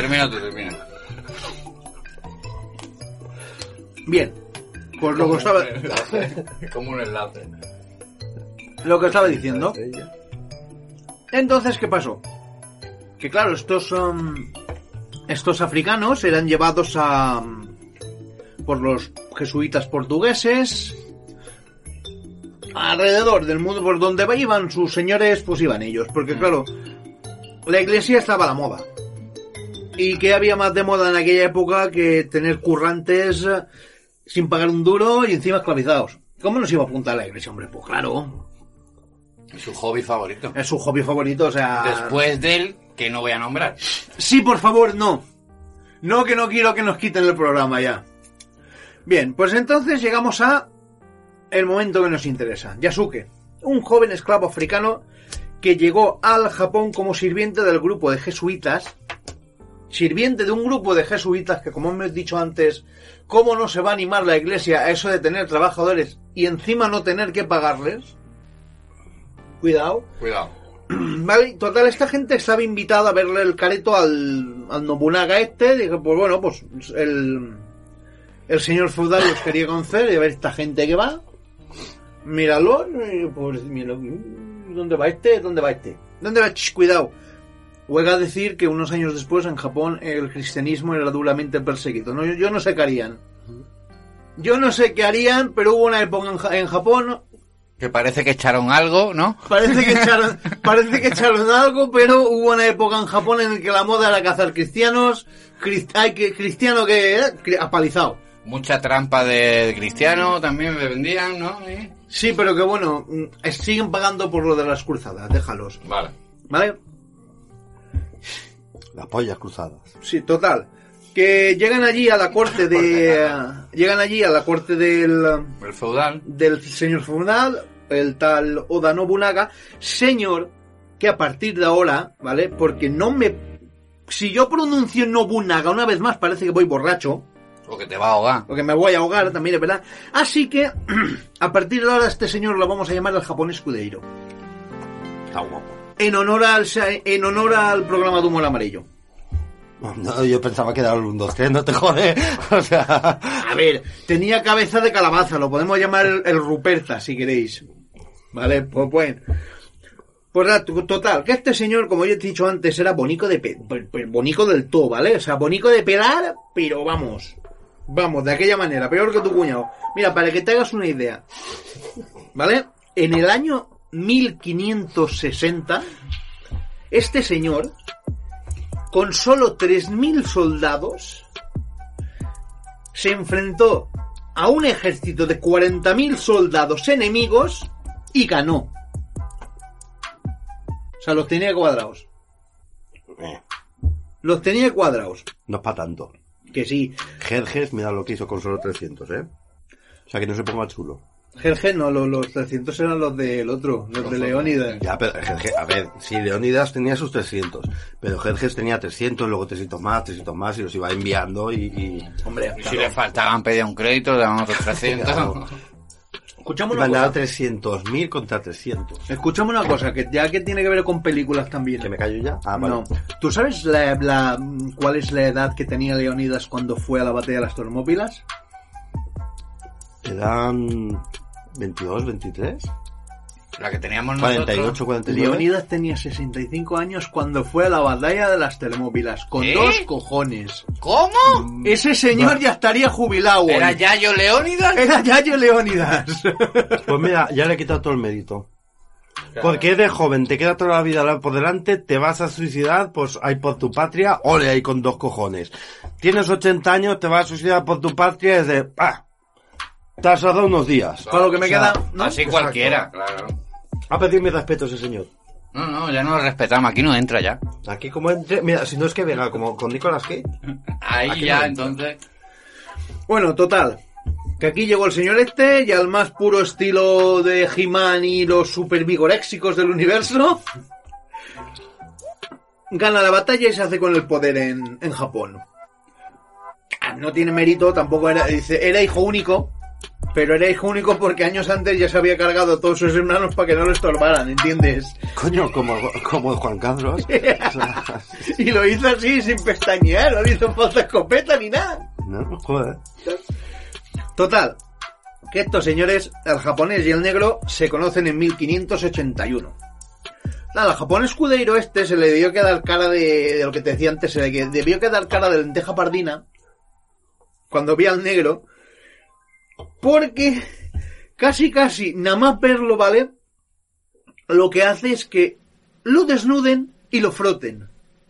Bien, pues lo que estaba... Como un enlace. Lo que estaba diciendo. Entonces, ¿qué pasó? Que claro, estos africanos eran llevados por los jesuitas portugueses alrededor del mundo, por donde iban sus señores, pues iban ellos, porque claro, la iglesia estaba a la moda. ¿Y qué había más de moda en aquella época que tener currantes sin pagar un duro y encima esclavizados? ¿Cómo nos iba a apuntar a la iglesia, hombre? Pues claro, Es su hobby favorito. es su hobby favorito, o sea... Después del que no voy a nombrar. Sí, por favor, no. No, que no quiero que nos quiten el programa ya. Bien, pues entonces llegamos a el momento que nos interesa. Yasuke, un joven esclavo africano que llegó al Japón como sirviente del grupo de jesuitas. Sirviente de un grupo de jesuitas que, como hemos dicho antes, ¿cómo no se va a animar la iglesia a eso de tener trabajadores y encima no tener que pagarles? Cuidado. Vale, total, esta gente estaba invitada a verle el careto al Nobunaga este. Dije, pues bueno, pues el señor feudal los quería conocer y a ver esta gente que va. Míralo, y pues mira, ¿dónde va este? ¿Dónde va? Ch, cuidado. Huelga decir que unos años después en Japón el cristianismo era duramente perseguido. No, yo no sé qué harían. Yo no sé qué harían, pero hubo una época en Japón... Que parece que echaron algo, ¿no? Parece que echaron algo, pero hubo una época en Japón en la que la moda era cazar cristianos, cristiano que apalizado. Mucha trampa de cristiano también me vendían, ¿no? Sí, pero que bueno, siguen pagando por lo de las cruzadas, déjalos. ¿Vale? Las pollas cruzadas. Sí, total. Que llegan allí a la corte El feudal. del señor feudal, el tal Oda Nobunaga, señor que a partir de ahora, ¿vale? Porque si yo pronuncio Nobunaga una vez más parece que voy borracho, O que te va a ahogar. porque me voy a ahogar también, es verdad. Así que a partir de ahora este señor lo vamos a llamar el japonés Kudeiro, Está guapo. en honor al programa de humor amarillo. No, yo pensaba que era el 1, 2, 3, no te jode. O sea... A ver, tenía cabeza de calabaza, lo podemos llamar el Ruperta si queréis. Vale, pues bueno. Pues total, que este señor, como yo he dicho antes, era bonico bonico del todo, ¿vale? O sea, bonico de pelar, pero vamos, de aquella manera, peor que tu cuñado. Mira, para que te hagas una idea, ¿vale? En el año 1560, este señor, con solo 3.000 soldados, se enfrentó a un ejército de 40.000 soldados enemigos y ganó. O sea, los tenía cuadrados. Los tenía cuadrados. No es para tanto. Que sí. Jerjes, mira lo que hizo con solo 300, ¿eh? O sea, que no se ponga chulo. Jerjes no, los 300 eran los del otro, los de Leónidas. Ya, pero Jerjes, a ver, sí, Leónidas tenía sus 300, pero Jerjes tenía 300, luego 300 más, y los iba enviando y... Hombre, Y si le faltaban, pedía un crédito, le daban otros 300. escuchamos Iban una a dar cosa. 300.000 contra 300. Escuchamos una cosa, que ya que tiene que ver con películas también. ¿Que me callo ya? Ah, vale. No. ¿Tú sabes cuál es la edad que tenía Leónidas cuando fue a la batalla de las Termópilas? Eran 22, 23, La que teníamos nosotros. 48, 49. Leónidas tenía 65 años cuando fue a la batalla de las Termópilas, con ¿Eh? 2 cojones. ¿Cómo? Ese señor ya estaría jubilado hoy. ¿Era Yayo Leónidas? Era Yayo Leónidas. Pues mira, ya le he quitado todo el mérito. Porque eres joven, te queda toda la vida por delante, te vas a suicidar, pues hay por tu patria, ole ahí con 2 cojones. Tienes 80 años, te vas a suicidar por tu patria, es de, te has dado unos días. Para lo que me queda, ¿no? Así Exacto. cualquiera, claro. A pedir mi respeto ese señor. No, ya no lo respetamos, aquí no entra ya. Aquí como entre, mira, si no es que venga, como con Nicolas Cage. Ahí Aquí ya, no entra. entonces... Bueno, total. Que aquí llegó el señor este, y al más puro estilo de He-Man y los super vigoréxicos del universo, gana la batalla y se hace con el poder en Japón. No tiene mérito, tampoco era hijo único, pero era hijo único porque años antes ya se había cargado a todos sus hermanos para que no lo estorbaran, ¿entiendes? Coño, como Juan Carlos. Y lo hizo así, sin pestañear, no le hizo falta escopeta ni nada. No, joder. Total, que estos señores, el japonés y el negro, se conocen en 1581. Nada, al japonés escudeiro este se le debió quedar cara de lo que te decía antes, se le debió quedar cara de lenteja pardina cuando vi al negro, porque casi, nada más verlo, ¿vale? Lo que hace es que lo desnuden y lo froten.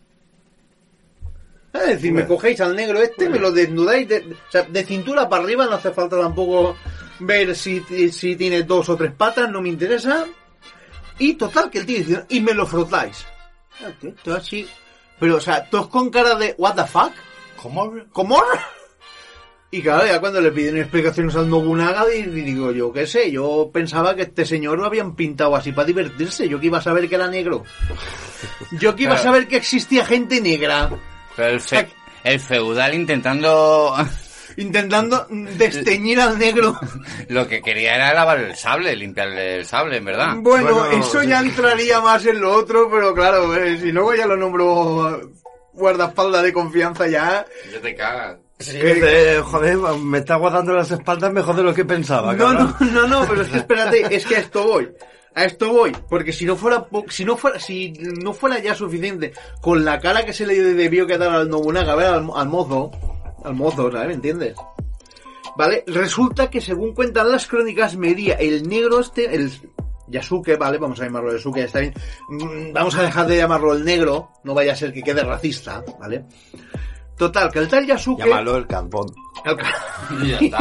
Es decir, me cogéis al negro este, me lo desnudáis, de cintura para arriba, no hace falta tampoco ver si tiene 2 o 3 patas, no me interesa. Y total, que el tío dice, y me lo frotáis. Todo así. Pero, o sea, todos con cara de, what the fuck? ¿Cómo? Y claro, ya cuando le piden explicaciones al Nobunaga, digo, yo qué sé, yo pensaba que este señor lo habían pintado así para divertirse, yo que iba a saber que era negro. Yo que iba a saber que existía gente negra. Pero el feudal intentando desteñir al negro. Lo que quería era lavar el sable, limpiarle el sable, en verdad. Bueno, eso ya entraría más en lo otro, pero claro, si luego ya lo nombro guardaespaldas de confianza ya. Ya te cagas. Sí, joder, me está guardando las espaldas mejor de lo que pensaba. No, pero es que espérate, es que a esto voy, porque si no fuera ya suficiente con la cara que se le debió quedar al Nobunaga, a ver, al mozo, ¿sabes? ¿Me entiendes? Vale, resulta que según cuentan las crónicas, medía el negro este, el Yasuke, vale, vamos a llamarlo Yasuke, ya está bien, vamos a dejar de llamarlo el negro, no vaya a ser que quede racista, ¿vale? Total, que el tal Yasuke... Llámalo el carbón. Ya está.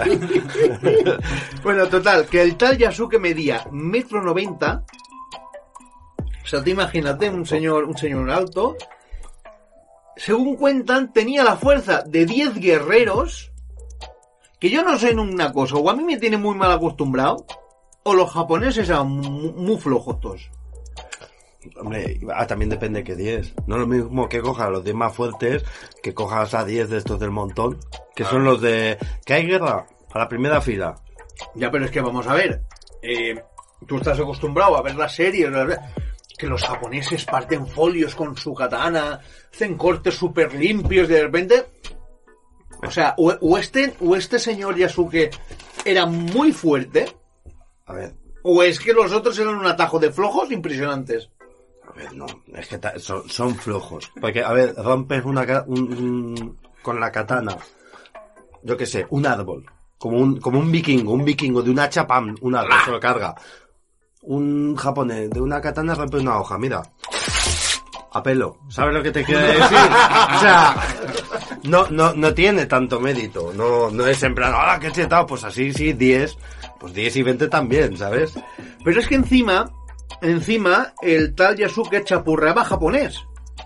Bueno, total, que el tal Yasuke medía 1,90 m. O sea, te imagínate, un señor alto. Según cuentan, tenía la fuerza de 10 guerreros. Que yo no sé en una cosa, o a mí me tiene muy mal acostumbrado, o los japoneses eran muy flojos todos. Hombre, también depende que 10. No es lo mismo que cojas a los 10 más fuertes que cojas a 10 de estos del montón, que son los de... ¿Que hay guerra? A la primera fila. Ya, pero es que vamos a ver. Tú estás acostumbrado a ver las series, que los japoneses parten folios con su katana, hacen cortes súper limpios de repente... O sea, o este señor Yasuke era muy fuerte, a ver, o es que los otros eran un atajo de flojos impresionantes. A ver, no, es que son flojos. Porque, a ver, rompes con la katana, yo qué sé, un árbol, como un vikingo de una hacha, pam, un árbol, se lo carga. Un japonés de una katana rompe una hoja, mira. A pelo. ¿Sabes lo que te quiero decir? O sea, no tiene tanto mérito. No es en plan, ¡hola, qué chetado! Pues así, sí, 10. Pues 10 y 20 también, ¿sabes? Pero es que encima, el tal Yasuke chapurreaba japonés.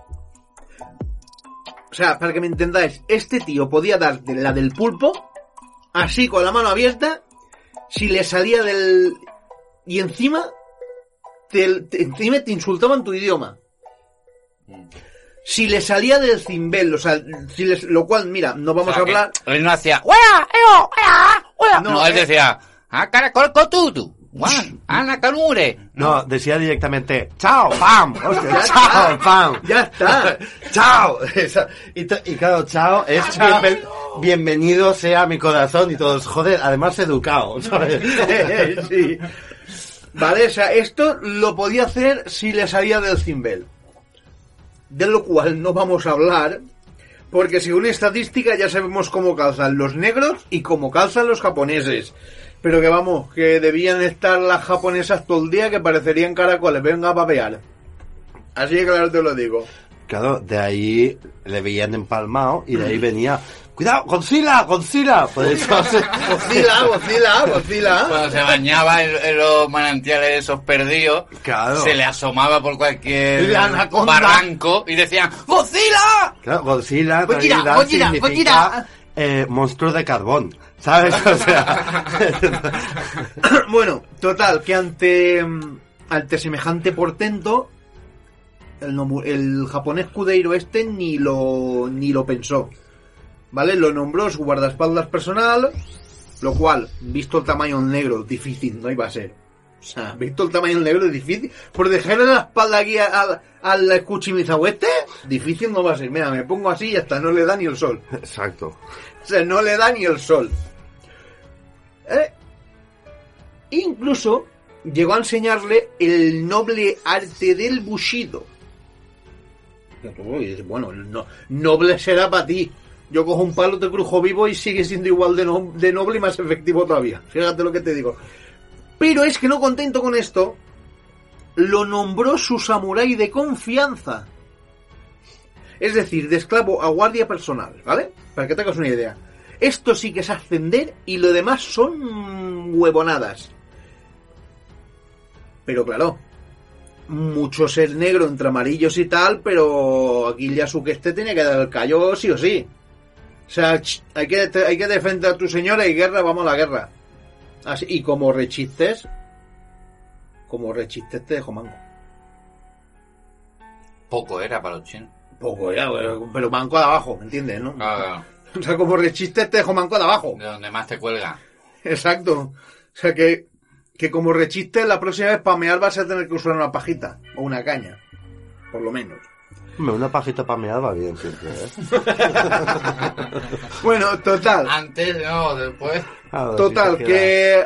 O sea, para que me entendáis, este tío podía dar la del pulpo, así con la mano abierta, si le salía del... Y encima te insultaba en tu idioma. Si le salía del cimbel, o sea, lo cual, mira, no vamos a hablar... Él no hacía... No, él decía... caracol cotutu. Ana Kanure. No, decía directamente, chao, pam, hostia, chao, pam. Ya está. Chao. Y claro, chao es bienvenido sea mi corazón y todos, joder, además educado, ¿sabes? Sí. Vale, o sea, esto lo podía hacer si le salía del cimbel. De lo cual no vamos a hablar, porque según estadística ya sabemos cómo calzan los negros y cómo calzan los japoneses. Pero que vamos, que debían estar las japonesas todo el día que parecerían caracoles, venga a babear. Así de claro te lo digo. Claro, de ahí le veían empalmado y de ahí venía... ¡Cuidado! ¡Godzilla! Por eso Godzilla. Cuando se bañaba en los manantiales esos perdidos, claro, se le asomaba por cualquier barranco y decían ¡Godzilla! Claro, Godzilla significa monstruo de carbón, ¿sabes? O sea... Bueno, total, que ante semejante portento, el japonés Kudeiro este ni lo pensó, ¿vale? Lo nombró su guardaespaldas personal, lo cual, visto el tamaño negro, difícil no iba a ser. O sea, visto el tamaño negro, difícil. Por dejarle la espalda aquí al escuchimizado este, difícil no va a ser. Mira, me pongo así y hasta no le da ni el sol. Exacto. O sea, no le da ni el sol. Incluso llegó a enseñarle el noble arte del bushido. Bueno, noble será para ti. Yo cojo un palo, te crujo vivo y sigue siendo igual de noble y más efectivo todavía. Fíjate lo que te digo. Pero es que no contento con esto, lo nombró su samurái de confianza. Es decir, de esclavo a guardia personal, ¿vale? Para que te hagas una idea. Esto sí que es ascender y lo demás son huevonadas. Pero claro, mucho ser negro entre amarillos y tal, pero aquí el Yasuke este tenía que dar el callo sí o sí. O sea, hay que defender a tu señora y guerra, vamos a la guerra. Así, y como rechistes te dejo mango. Poco era para los chinos. Poco era, pero manco de abajo, ¿me entiendes, no? Claro. O sea, como rechistes te dejo manco de abajo. De donde más te cuelga. Exacto. O sea, que como rechistes la próxima vez para mear vas a tener que usar una pajita o una caña, por lo menos. Una pajita para mear va bien siempre, Bueno, total. Antes, no, después. Total, que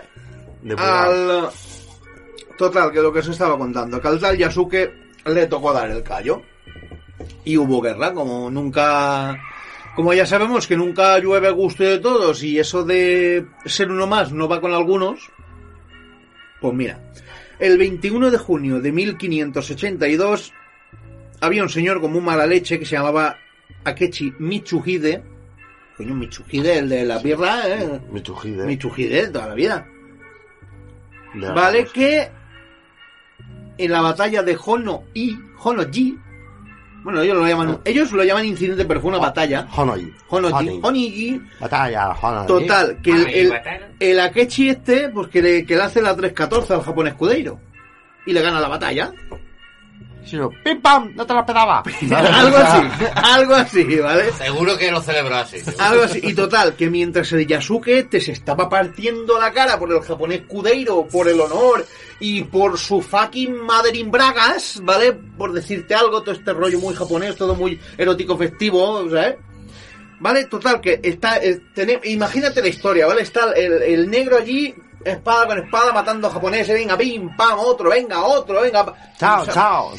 lo que se estaba contando, que al tal Yasuke le tocó dar el callo. Y hubo guerra, como ya sabemos que nunca llueve a gusto de todos y eso de ser uno más no va con algunos. Pues mira, el 21 de junio de 1582 había un señor con muy mala leche que se llamaba Akechi Mitsuhide. Coño, Mitsuhide, el de la birra, Mitsuhide, toda la vida. Vale, que en la batalla de Honnoji, bueno, ellos lo llaman incidente, pero fue una batalla. Honnoji. Batalla, Honnoji. Total, que el Akechi este, pues que le hace la 314 al japonés Kudeiro. Y le gana la batalla. Sí, ¡pim pam! ¡No te lo esperaba! algo así, ¿vale? Seguro que lo celebró así. Algo así. Y total, que mientras el Yasuke se estaba partiendo la cara por el japonés Kudeiro, por el honor y por su fucking mother in bragas, ¿vale? Por decirte algo, todo este rollo muy japonés, todo muy erótico festivo, ¿sabes? ¿Vale? Total, que imagínate la historia, ¿vale? Está el negro allí, espada con espada, matando a japoneses, venga, pim, pam, otro, venga. Chao,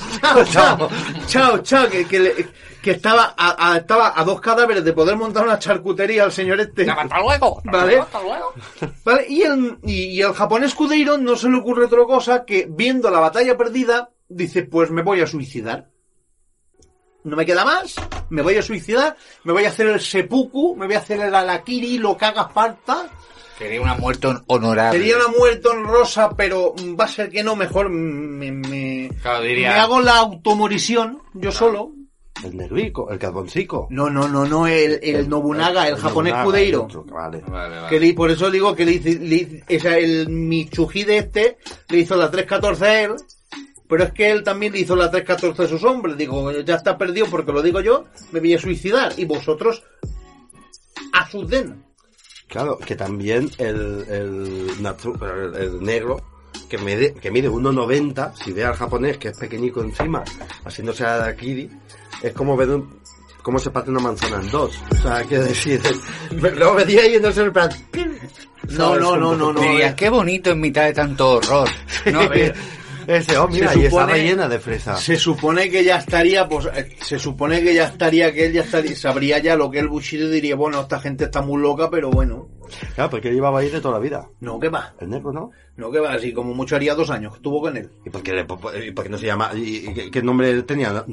que estaba a 2 cadáveres de poder montar una charcutería al señor este. ¡Hasta luego! ¿Vale? ¿Vale? Y el japonés Kudeiro no se le ocurre otra cosa que, viendo la batalla perdida, dice, pues me voy a suicidar. No me queda más, me voy a suicidar, me voy a hacer el seppuku, me voy a hacer el harakiri, lo que haga falta. Sería una muerte honorable. Sería una muerte honrosa, pero va a ser que no, mejor me hago la automorisión, yo solo. El nervico, el carboncico. No, el Nobunaga, el japonés Kudeiro. Vale. Que por eso digo que el Mitsuhide este le hizo la 314 a él. Pero es que él también le hizo la 314 a sus hombres. Digo, ya está perdido porque lo digo yo, me voy a suicidar. Y vosotros, a sus den. Claro, que también el negro, que mide 1,90, si ve al japonés, que es pequeñico encima, haciéndose a Harakiri, es como ver cómo se parte una manzana en dos. O sea, quiero decir, luego me diría yéndose en el plan... No. Dirías, qué bonito en mitad de tanto horror. No, ese, mira, y está rellena de fresa. Se supone que ya estaría, que él ya sabría ya lo que el Bushido diría, bueno, esta gente está muy loca, pero bueno. Claro, porque él llevaba ahí de toda la vida. No, ¿qué va? El negro, ¿no? No, ¿qué va? Así como mucho haría 2 años que estuvo con él. ¿Y por qué no se llama? ¿Y qué nombre tenía?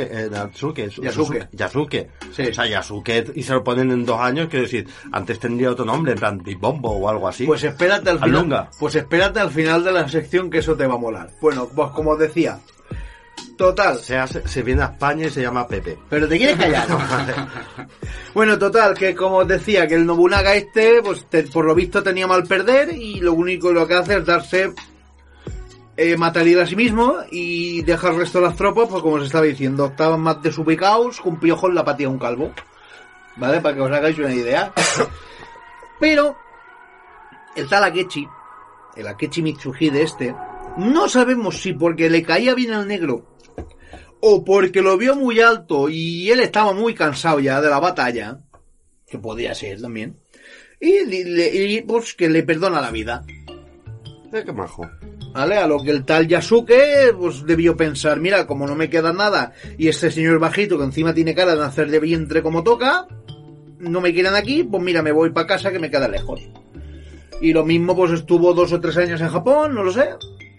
Yasuke. Sí. O sea, Yasuke, y se lo ponen en 2 años, quiero decir, antes tendría otro nombre, en plan Bibombo o algo así. Pues espérate al final. Pues espérate al final de la sección, que eso te va a molar. Bueno, pues como os decía, Total. Se viene a España y se llama Pepe. Pero te quieres callar. Bueno, total, que como os decía, que el Nobunaga pues por lo visto tenía mal perder y lo único que hace es darse... matar a sí mismo y dejar el resto de las tropas, pues como os estaba diciendo, estaban más desubicados, con piojos la patía un calvo. ¿Vale? Para que os hagáis una idea. Pero el tal Akechi, el Akechi Mitsuhide no sabemos si porque le caía bien al negro o porque lo vio muy alto y él estaba muy cansado ya de la batalla, que podía ser también, y pues que le perdona la vida. Qué majo. ¿Vale? A lo que el tal Yasuke pues debió pensar, mira, como no me queda nada y este señor bajito que encima tiene cara de hacer de vientre como toca, no me quieren aquí, pues mira, me voy para casa que me queda lejos. Y lo mismo pues estuvo 2 o 3 años en Japón, no lo sé.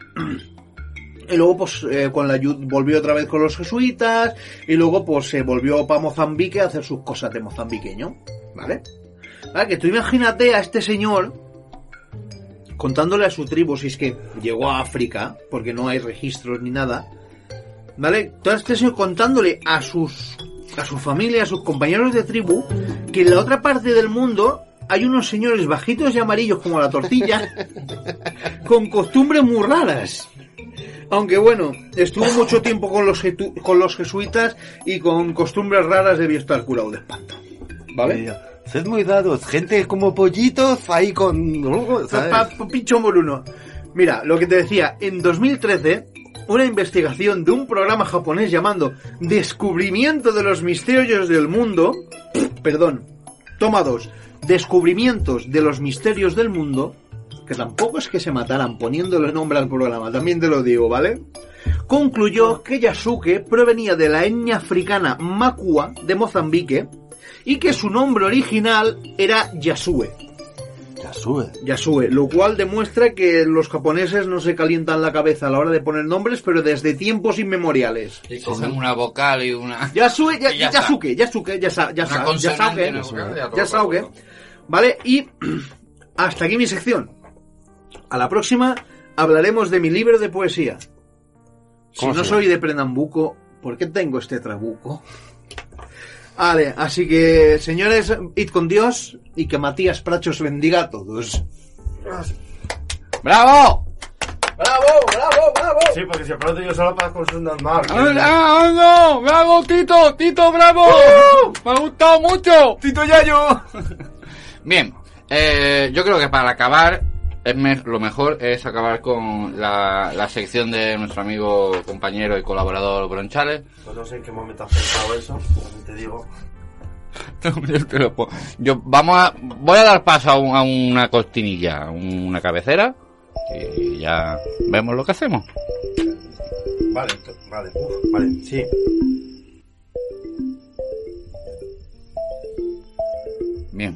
Y luego pues volvió otra vez con los jesuitas y luego pues se volvió para Mozambique a hacer sus cosas de mozambiqueño, ¿vale? ¿Vale? Que tú imagínate a este señor contándole a su tribu, si es que llegó a África, porque no hay registros ni nada, ¿vale? Todo este señor contándole a su familia, a sus compañeros de tribu, que en la otra parte del mundo hay unos señores bajitos y amarillos como la tortilla, con costumbres muy raras. Aunque bueno, estuvo mucho tiempo con los jesuitas y con costumbres raras debió estar curado de espanto, ¿vale? Sed muy dados, gente como pollitos ahí con... Pincho moruno. Mira, lo que te decía, en 2013, una investigación de un programa japonés llamado Descubrimiento de los Misterios del Mundo... Perdón, toma 2. Descubrimientos de los Misterios del Mundo, que tampoco es que se mataran poniéndole nombre al programa, también te lo digo, ¿vale? Concluyó que Yasuke provenía de la etnia africana Makua de Mozambique y que su nombre original era Yasue. Yasue, lo cual demuestra que los japoneses no se calientan la cabeza a la hora de poner nombres, pero desde tiempos inmemoriales. Y cogen una vocal y una... Yasuke, ¿vale? Y hasta aquí mi sección. A la próxima hablaremos de mi libro de poesía. Si no soy de Pernambuco, ¿por qué tengo este trabuco? Vale, así que, señores, id con Dios y que Matías Pracho os bendiga a todos. ¡Bravo! ¡Bravo! Sí, porque si aplaudo yo solo para cosas normal. ¡No! ¡Bravo, Tito, bravo! ¡Me ha gustado mucho! ¡Tito Yayo! Bien, yo creo que para acabar, lo mejor es acabar con la sección de nuestro amigo, compañero y colaborador Bronchales. Pues no sé en qué momento has pensado eso, también te digo. Voy a dar paso a una cortinilla, una cabecera, y ya vemos lo que hacemos. Vale, sí. Bien,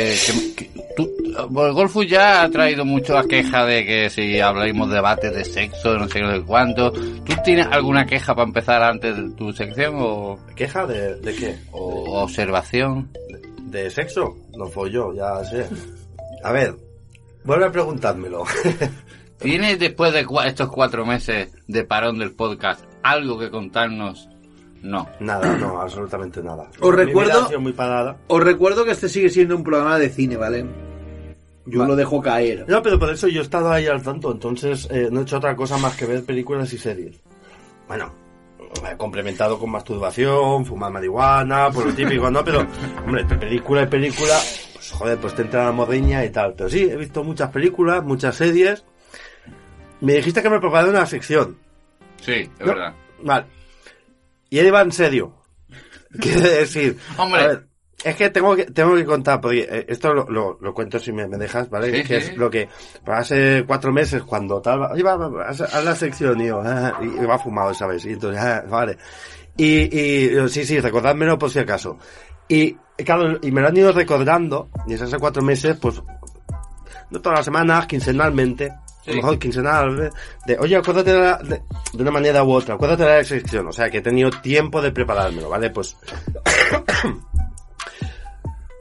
el Golfus ya ha traído mucho la queja de que si hablamos de debates de sexo, no sé cuánto. ¿Tú tienes alguna queja para empezar antes de tu sección o...? ¿Queja de qué? ¿O observación? ¿De sexo? No fue yo, ya sé. A ver, vuelve a preguntármelo. ¿Tienes después de estos 4 meses de parón del podcast algo que contarnos? No. Nada, no, absolutamente nada. Os recuerdo, ha sido muy parada. Os recuerdo que este sigue siendo un programa de cine, ¿vale? Yo lo dejo caer. No, pero por eso yo he estado ahí al tanto, entonces no he hecho otra cosa más que ver películas y series. Bueno, complementado con masturbación, fumar marihuana, por lo típico, ¿no? Pero, hombre, película, pues joder, pues te entra la morriña y tal. Pero sí, he visto muchas películas, muchas series. Me dijiste que me preparé una sección. Sí, es verdad. Vale. Y él va en serio. Quiere decir... Hombre... A ver, es que tengo que contar, porque esto lo cuento si me dejas, ¿vale? Sí, que sí. es lo que... Hace 4 meses, cuando tal... Iba a la sección, y yo... y iba fumado, ¿sabes? Y entonces... vale. Y sí, recordádmelo por si acaso. Y claro, y me lo han ido recordando, y desde hace 4 meses, pues... No todas las semanas, quincenalmente... A lo mejor quincenal, oye, acuérdate de una manera u otra, acuérdate de la sección, o sea que he tenido tiempo de preparármelo, ¿vale? Pues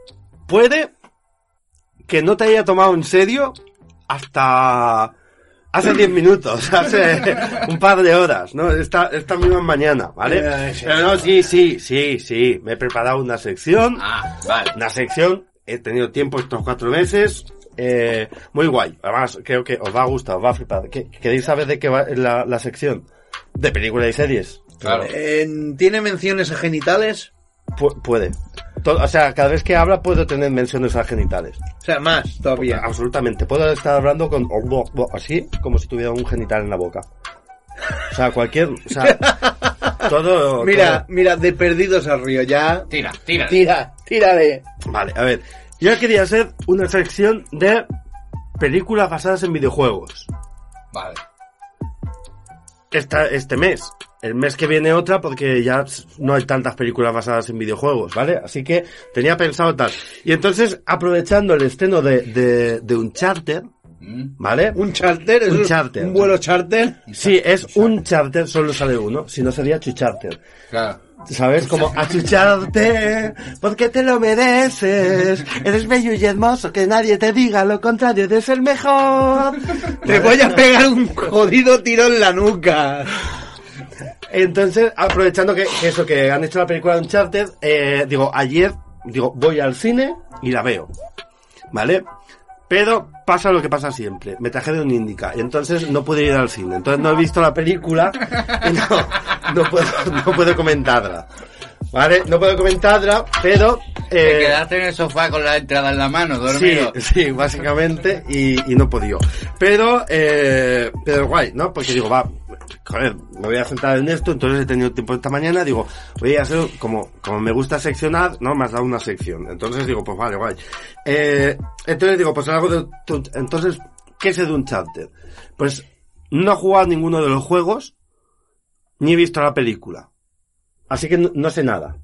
puede que no te haya tomado en serio hasta hace 10 minutos, hace un par de horas, ¿no? Esta misma mañana, ¿vale? Pero no, sí, me he preparado una sección. Vale. Una sección, he tenido tiempo estos 4 meses, muy guay. Además, creo que os va a gustar, os va a flipar. ¿Queréis saber de qué va la sección? De películas y series. Claro. ¿Tiene menciones a genitales? Puede. O sea, cada vez que habla puedo tener menciones a genitales. O sea, más todavía. Absolutamente. Puedo estar hablando con así, como si tuviera un genital en la boca. O sea, todo. Mira, de perdidos al río, ya. Tírale. Vale, a ver. Yo quería hacer una sección de películas basadas en videojuegos. Vale. Este mes. El mes que viene otra porque ya no hay tantas películas basadas en videojuegos, ¿vale? Así que tenía pensado tal. Y entonces, aprovechando el estreno de Uncharted, ¿vale? ¿Un charter? Un charter. ¿Un vuelo charter? Sí, es un charter, solo sale uno. Si no sería chucharter. Claro. ¿Sabes? Como achucharte, porque te lo mereces. Eres bello y hermoso, que nadie te diga lo contrario, eres el mejor. Te voy a pegar un jodido tiro en la nuca. Entonces, aprovechando que han hecho la película de Uncharted, ayer voy al cine y la veo, ¿vale? Pero pasa lo que pasa siempre, me trajeron un Indica y entonces no pude ir al cine, entonces no he visto la película y no puedo comentarla, ¿vale? No puedo comentarla, pero... Te quedaste en el sofá con la entrada en la mano, dormido. Sí, básicamente, y no he podido. Pero guay, ¿no? Porque digo, joder, me voy a centrar en esto, entonces he tenido tiempo esta mañana, digo, voy a hacer, como me gusta seccionar, ¿no? Me has dado una sección. Entonces digo, pues vale, guay. Entonces digo, pues algo de, entonces, ¿qué es de Uncharted? Pues no he jugado ninguno de los juegos, ni he visto la película. Así que no sé nada.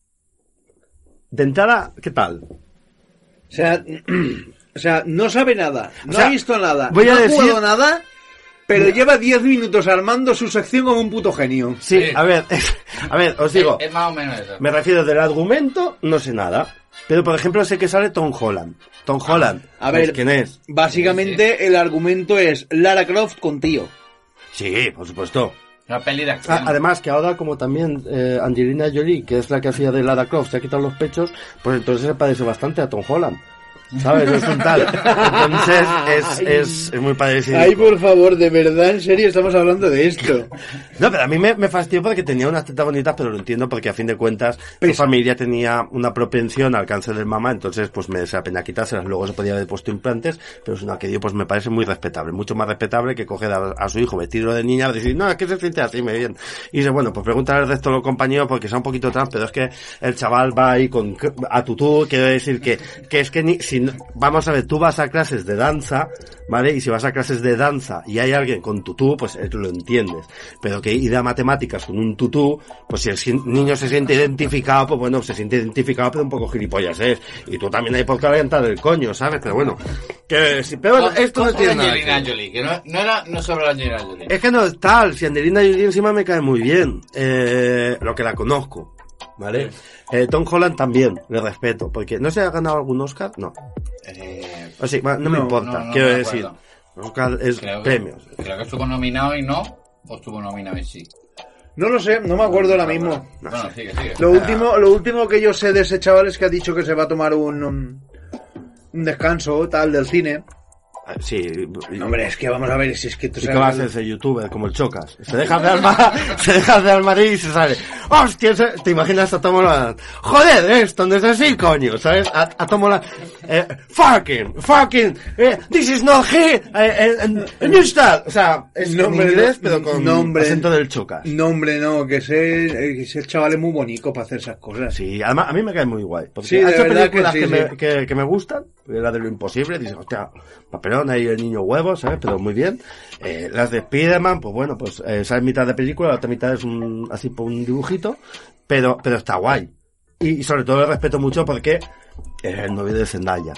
De entrada, ¿qué tal? O sea, no sabe nada, no ha visto nada, voy a decir... jugado nada, pero lleva 10 minutos armando su sección como un puto genio. Sí, a ver, os digo... Es más o menos eso. Me refiero del argumento, no sé nada. Pero, por ejemplo, sé que sale Tom Holland. Tom Holland, a ver, ¿quién es? Básicamente el argumento es Lara Croft con tío. Sí, por supuesto. Una peli de acción. Además que ahora como también Angelina Jolie, que es la que hacía de Lara Croft, se ha quitado los pechos, pues entonces se parece bastante a Tom Holland. ¿Sabes? Es un tal. Entonces es muy parecido. Ay, por favor, de verdad, en serio, estamos hablando de esto. No, pero a mí me fastidió porque tenía unas tetas bonitas, pero lo entiendo porque a fin de cuentas su familia tenía una propensión al cáncer de mama, entonces pues me da pena quitárselas. Luego se podía haber puesto implantes, pero es una que dio, pues me parece muy respetable, mucho más respetable que coger a su hijo, vestirlo de niña y decir, no, es que se siente así, me bien. Y dice, bueno, pues pregúntale al resto de los compañeros porque sea un poquito trans, pero es que el chaval va ahí a tutú, quiero decir que es que vamos a ver, tú vas a clases de danza, ¿vale? Y si vas a clases de danza y hay alguien con tutú, pues lo entiendes. Pero que ir a matemáticas con un tutú, pues si el niño se siente identificado, pues bueno, se siente identificado, pero un poco gilipollas es. Y tú también hay por qué alentar el coño, ¿sabes? Pero bueno, pero bueno, esto no tiene nada. Angelina Jolie, que no sobre Angelina Jolie. Es que no es tal, si Angelina Jolie encima me cae muy bien, lo que la conozco, ¿vale? Tom Holland también, le respeto, porque ¿no se ha ganado algún Oscar? No. O sí, bueno, no me importa, quiero decir. Oscar es premios. Creo que estuvo nominado y no, o estuvo nominado y sí. No lo sé, no me acuerdo ahora mismo. Bueno, sigue. Lo último que yo sé de ese chaval es que ha dicho que se va a tomar un descanso, tal, del cine. Sí. Hombre, es que vamos a ver si es que tú sabes. ¿Qué va a hacer ese youtuber como el Chocas? Se deja de armar y se sale. ¡Hostia! ¿Te imaginas a Tom Holland? ¡Joder, esto no es así, coño! ¿Sabes? A Tom Holland. Fucking, this is not here, new style. O sea, es en inglés, pero con acento del Chocas. No, hombre, no, que ese chaval es muy bonito para hacer esas cosas. Sí, además, a mí me cae muy guay. Porque sí, hay películas que me gustan, la de lo imposible, dices, hostia, papelón, ahí el niño huevo, ¿sabes? Pero muy bien. Las de Spider-Man, pues bueno, pues esa es mitad de película, la otra mitad es así por un dibujito, pero está guay. Y sobre todo le respeto mucho porque es el novio de Zendaya.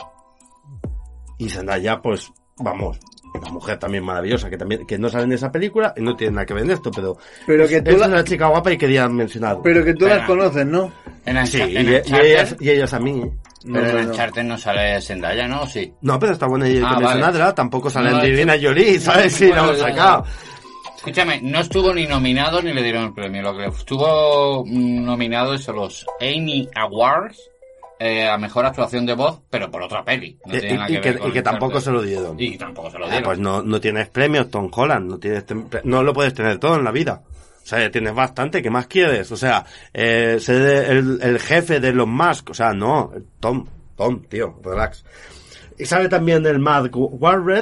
Y Zendaya, pues, vamos, una mujer también maravillosa, que no sale en esa película, y no tiene nada que ver en esto, pero que tú es una chica guapa y quería mencionarlo. Pero que tú las conoces, ¿no? Sí, y ellas a mí. Pero en Uncharted no sale Zendaya, ¿no? Sí. No, pero está buena y vale. Nadra, tampoco sale No, Angelina Jolie, ¿sabes? Sí, Bueno, lo hemos sacado. Escúchame, no estuvo ni nominado ni le dieron el premio. Lo que estuvo nominado es a los Emmy Awards a mejor actuación de voz, pero por otra peli. No tiene nada que ver con Y que tampoco se lo dieron. Y tampoco se lo dieron. Pues no tienes premios, Tom Holland, no lo puedes tener todo en la vida. O sea, tienes bastante, ¿qué más quieres? O sea, ser el jefe de Elon Musk, o sea, no, Tom, tío, relax. Y sale también el Mark Wahlberg.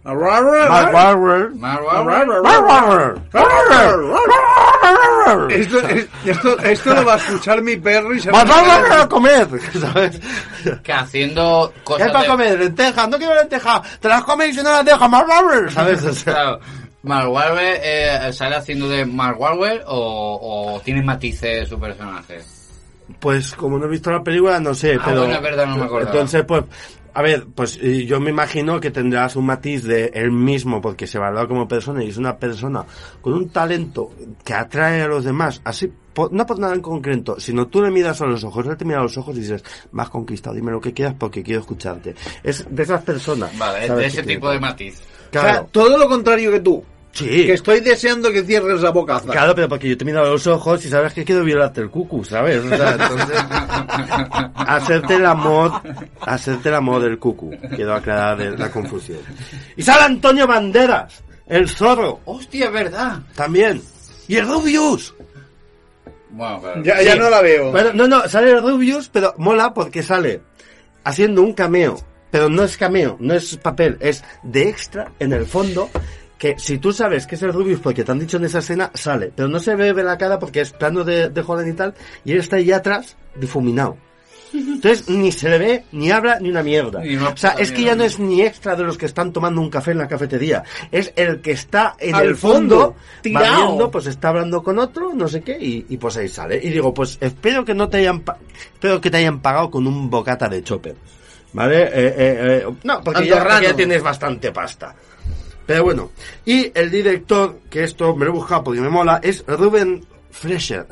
Esto lo va a escuchar mi perro y se va a comer, ¿sabes? Que haciendo cosas ¿Qué para comer? Lentejas, no quiero lentejas, te las comes y si no las dejas, ¿sabes? O sea, claro. ¿Mark Wahlberg sale haciendo de Mark Wahlberg o tiene matices su personaje? Pues como no he visto la película, no sé, pero... Bueno, es verdad, no me acuerdo. Entonces, pues, a ver, pues yo me imagino que tendrás un matiz de él mismo, porque se valora como persona y es una persona con un talento que atrae a los demás, así, no por nada en concreto, sino tú le miras a los ojos, él te mira a los ojos y dices, me has conquistado, dime lo que quieras porque quiero escucharte. Es de esas personas. Vale, es de ese tipo de matiz. Claro. O sea, todo lo contrario que tú. Sí. Que estoy deseando que cierres la bocaza. Claro, pero porque yo te miro a los ojos y sabes que quiero violarte el cucu, ¿sabes? O sea, entonces, hacerte el amor del cucu. Quiero aclarar la confusión. Y sale Antonio Banderas, el zorro. Hostia, es verdad. También. Y el Rubius. Bueno, pero... Ya no la veo. Bueno, no, sale el Rubius, pero mola porque sale haciendo un cameo. Pero no es cameo, no es papel, es de extra en el fondo. Que si tú sabes que es el Rubius porque te han dicho en esa escena, sale. Pero no se ve la cara porque es plano de Holland y tal. Y él está ahí atrás, difuminado. Entonces, ni se le ve, ni habla, ni una mierda. O sea, es que ya no es ni extra de los que están tomando un café en la cafetería. Es el que está en el fondo, va viendo, pues está hablando con otro, no sé qué, y pues ahí sale. Y digo, pues espero que te hayan pagado con un bocata de chopper. ¿Vale? No, porque ya tienes bastante pasta. Pero bueno, y el director, que esto me lo he buscado porque me mola, es Ruben Fleischer,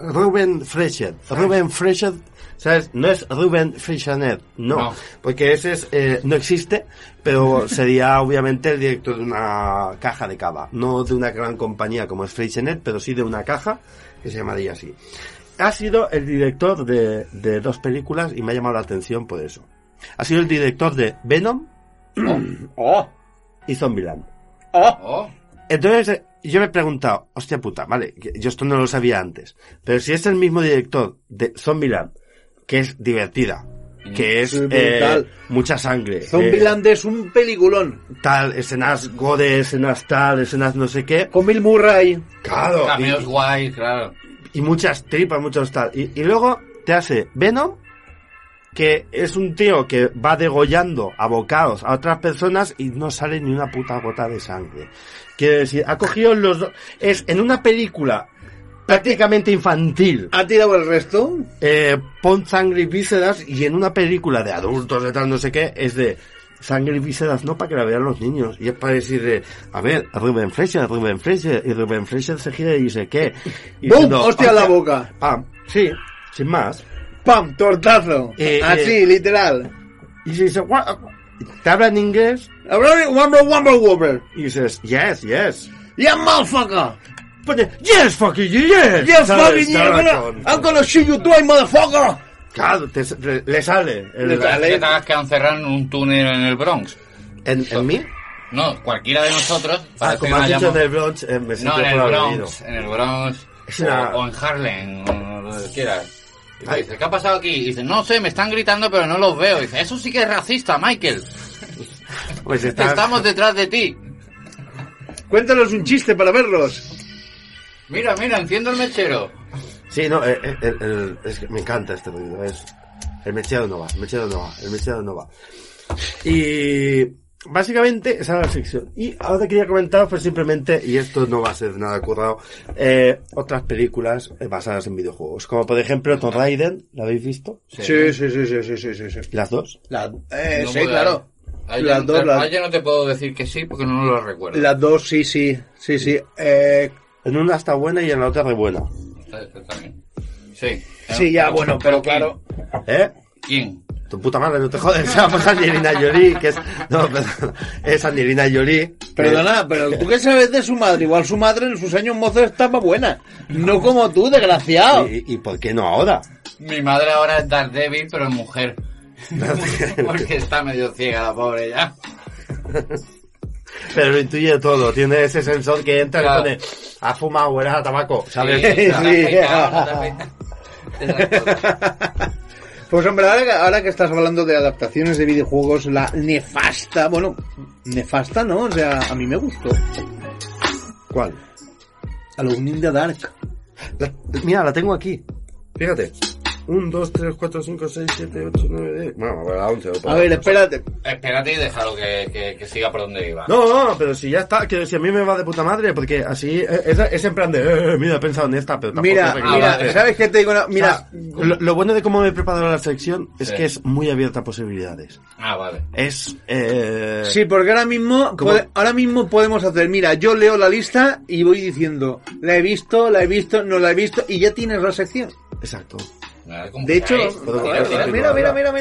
¿sabes? No es Ruben Fleischer, no, porque ese no existe, pero sería obviamente el director de una caja de cava, no de una gran compañía como es Fleischer, pero sí de una caja que se llamaría así. Ha sido el director de 2 películas y me ha llamado la atención por eso. Ha sido el director de Venom y Zombieland. Entonces yo me he preguntado, hostia puta, vale, yo esto no lo sabía antes, pero si es el mismo director de Zombieland, que es divertida, que es mucha sangre, Zombieland es un peliculón, tal, escenas gore, escenas tal, escenas no sé qué, con Bill Murray, claro, cameos guay, claro, y muchas tripas, muchos tal, y luego te hace Venom, que es un tío que va degollando a bocados a otras personas y no sale ni una puta gota de sangre. Quiero decir, ha cogido los dos... Es en una película prácticamente infantil. ¿Ha tirado el resto? Pon sangre y vísceras, y en una película de adultos, de tal, no sé qué, es de sangre y vísceras, no para que la vean los niños. Y es para decir, a ver, Ruben Fleischer, y Ruben Fleischer se gira y dice, ¿qué? Y ¡bum! ¡Hostia en la boca! Sí, sin más. ¡Pam! ¡Tortazo! Así, literal. Y se dice, ¿te habla en inglés? Womber. Y dices, yes. Yeah, motherfucker! Yes, fucking you, yes! Yes, fucking you! I'm gonna shoot you twice, motherfucker! Claro, le sale. Le sale que te hagas que encerrar en un túnel en el Bronx. ¿En mí? No, cualquiera de nosotros. Como has dicho en el Bronx, me siento en el Bronx. O en Harlem, o donde quieras. Y dice, ¿qué ha pasado aquí? Y dice, no sé, me están gritando pero no los veo. Y dice, eso sí que es racista, Michael. Pues estamos detrás de ti. Cuéntanos un chiste para verlos. Mira, enciendo el mechero. Sí, no, es que me encanta este ruido. El mechero no va. Y básicamente esa era la sección. Y ahora quería comentar pues simplemente, y esto no va a ser nada currado, otras películas basadas en videojuegos. Como por ejemplo Tomb Raider, ¿la habéis visto? Sí. ¿Las dos? Sí, claro. Las dos. Yo no te puedo decir que sí porque no lo recuerdo. Las dos, sí. En una está buena y en la otra re buena. También. Sí. Sí, ya, bueno, pero claro. ¿Quién? Tu puta madre, no te jodes, se llama Angelina Jolie, que es... No, perdón, es Angelina Jolie. Perdona, pero tú qué sabes de su madre. Igual su madre en sus años mozos estaba buena. No como tú, desgraciado. ¿Y por qué no ahora? Mi madre ahora es Daredevil, pero es mujer. Porque está medio ciega la pobre ya. Pero lo intuye todo, tiene ese sensor que entra Claro. y pone, ha fumado, huele a tabaco, ¿sabes? Pues hombre, ahora que estás hablando de adaptaciones de videojuegos, la nefasta, bueno, nefasta no, o sea, a mí me gustó. ¿Cuál? Alone in the Dark. Mira, la tengo aquí. Fíjate. 1, 2, 3, 4, 5, 6, 7, 8, 9, 10. Bueno, a ver, a 11. A ver, espérate. Espérate y déjalo que siga por donde iba. No, pero si ya está, que si a mí me va de puta madre, porque así es en plan de, mira, he pensado en esta, pero tampoco Mira, sé qué mira, hacer. ¿sabes qué te digo? Mira, O sea, lo bueno de cómo me he preparado la sección es Sí. que es muy abierta a posibilidades. Ah, vale. Es, sí, porque ahora mismo, ahora mismo podemos hacer, mira, yo leo la lista y voy diciendo, la he visto, no la he visto, y ya tienes la sección. Exacto. De hecho, Claro. mira,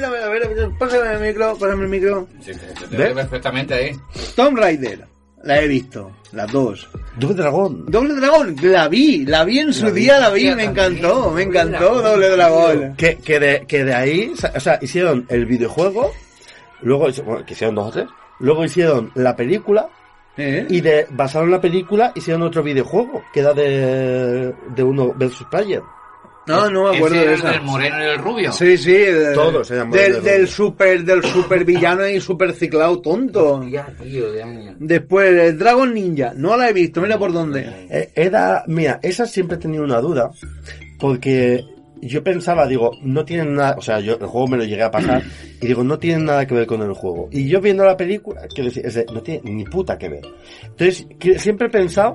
pásame el micro. Sí, te ¿Ves? veo perfectamente ahí. Tomb Raider, la he visto, las dos. Doble Dragón. Doble Dragón, la vi en su día, me encantó, Doble Dragón. Que de ahí, o sea, hicieron el videojuego, luego, bueno, que hicieron 2 o 3, luego hicieron la película, y basaron la película, hicieron otro videojuego, que era de uno versus player. No me acuerdo ¿Ese de era esa. el del moreno y el rubio? Sí, Todos se llaman del super villano y super ciclado tonto. Ya, tío, de años. Después, el Dragon Ninja, no la he visto, mira por dónde. Mira, esa siempre he tenido una duda, porque yo pensaba, digo, no tienen nada, o sea, yo el juego me lo llegué a pasar, y digo, no tienen nada que ver con el juego. Y yo viendo la película, quiero decir, no tiene ni puta que ver. Entonces, siempre he pensado,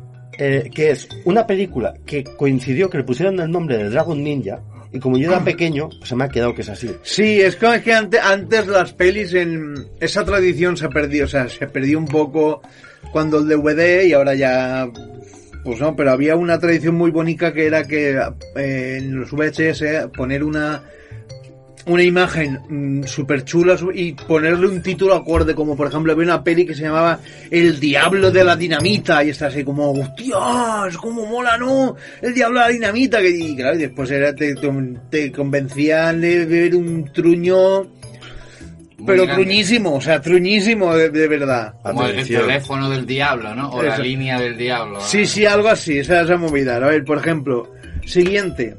que es una película que coincidió que le pusieron el nombre de Dragon Ninja, y como yo era pequeño, pues se me ha quedado que es así. Sí, es que antes las pelis esa tradición se perdió, o sea, se perdió un poco cuando el DVD, y ahora ya, pues no, pero había una tradición muy bonita que era que en los VHS poner una imagen súper chula y ponerle un título acorde, como por ejemplo había una peli que se llamaba El Diablo de la Dinamita, y está así como, hostias, cómo mola, ¿no? El Diablo de la Dinamita, y claro, y después te convencían de ver un truño, pero grande. truñísimo, o sea, truñísimo de verdad. Como el Atención. teléfono del diablo, ¿no? O la Eso. línea del diablo. ¿no? Sí, algo así, esa movida. A ver, por ejemplo, siguiente.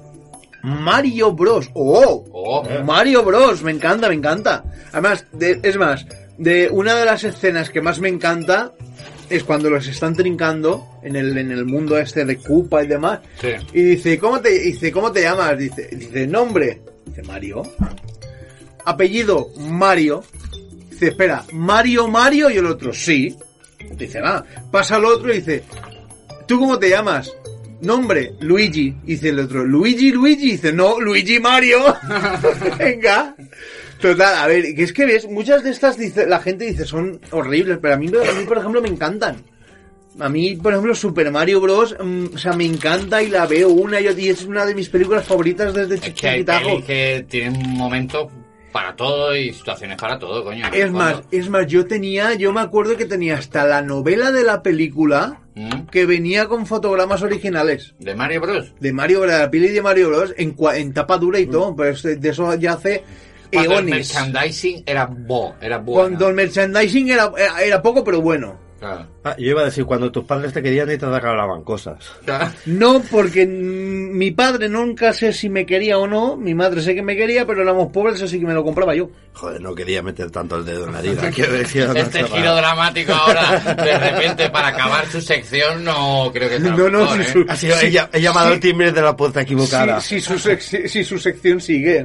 Mario Bros. Oh. Mario Bros. Me encanta. Además, de una de las escenas que más me encanta es cuando los están trincando en el mundo este de Koopa y demás. Sí. Y dice, ¿cómo te llamas? Dice, nombre. Dice, Mario. Apellido, Mario. Dice, espera, Mario, y el otro, sí. Dice, pasa al otro y dice, ¿tú cómo te llamas? Nombre, Luigi. Dice el otro, Luigi. Dice, no, Luigi Mario. Venga. Total, a ver, que es que ves, muchas de estas la gente dice son horribles, pero a mí por ejemplo me encantan. A mí, por ejemplo, Super Mario Bros. O sea, me encanta y la veo una y otra, y es una de mis películas favoritas desde Es que hay chiquitajo. pelis que tienen momentos para todo y situaciones para todo, coño. Es más, yo me acuerdo que tenía hasta la novela de la película que venía con fotogramas originales. ¿De Mario Bros? De la peli de Mario Bros. En tapa dura y todo, pero de eso ya hace Cuando el eones. merchandising era bueno. Cuando el merchandising era poco, pero bueno. Claro. Yo iba a decir, cuando tus padres te querían y te regalaban cosas. Claro. No, porque mi padre nunca sé si me quería o no. Mi madre sé que me quería, pero éramos pobres, eso sí que me lo compraba yo. Joder, no quería meter tanto el dedo en la herida. Quiero decir, no Este chaval. giro dramático ahora, de repente, para acabar su sección, no creo que sea lo No, mejor, sí, ¿eh? Ha sido, ella ha llamado el timbre de la puerta equivocada. Si su sección sigue.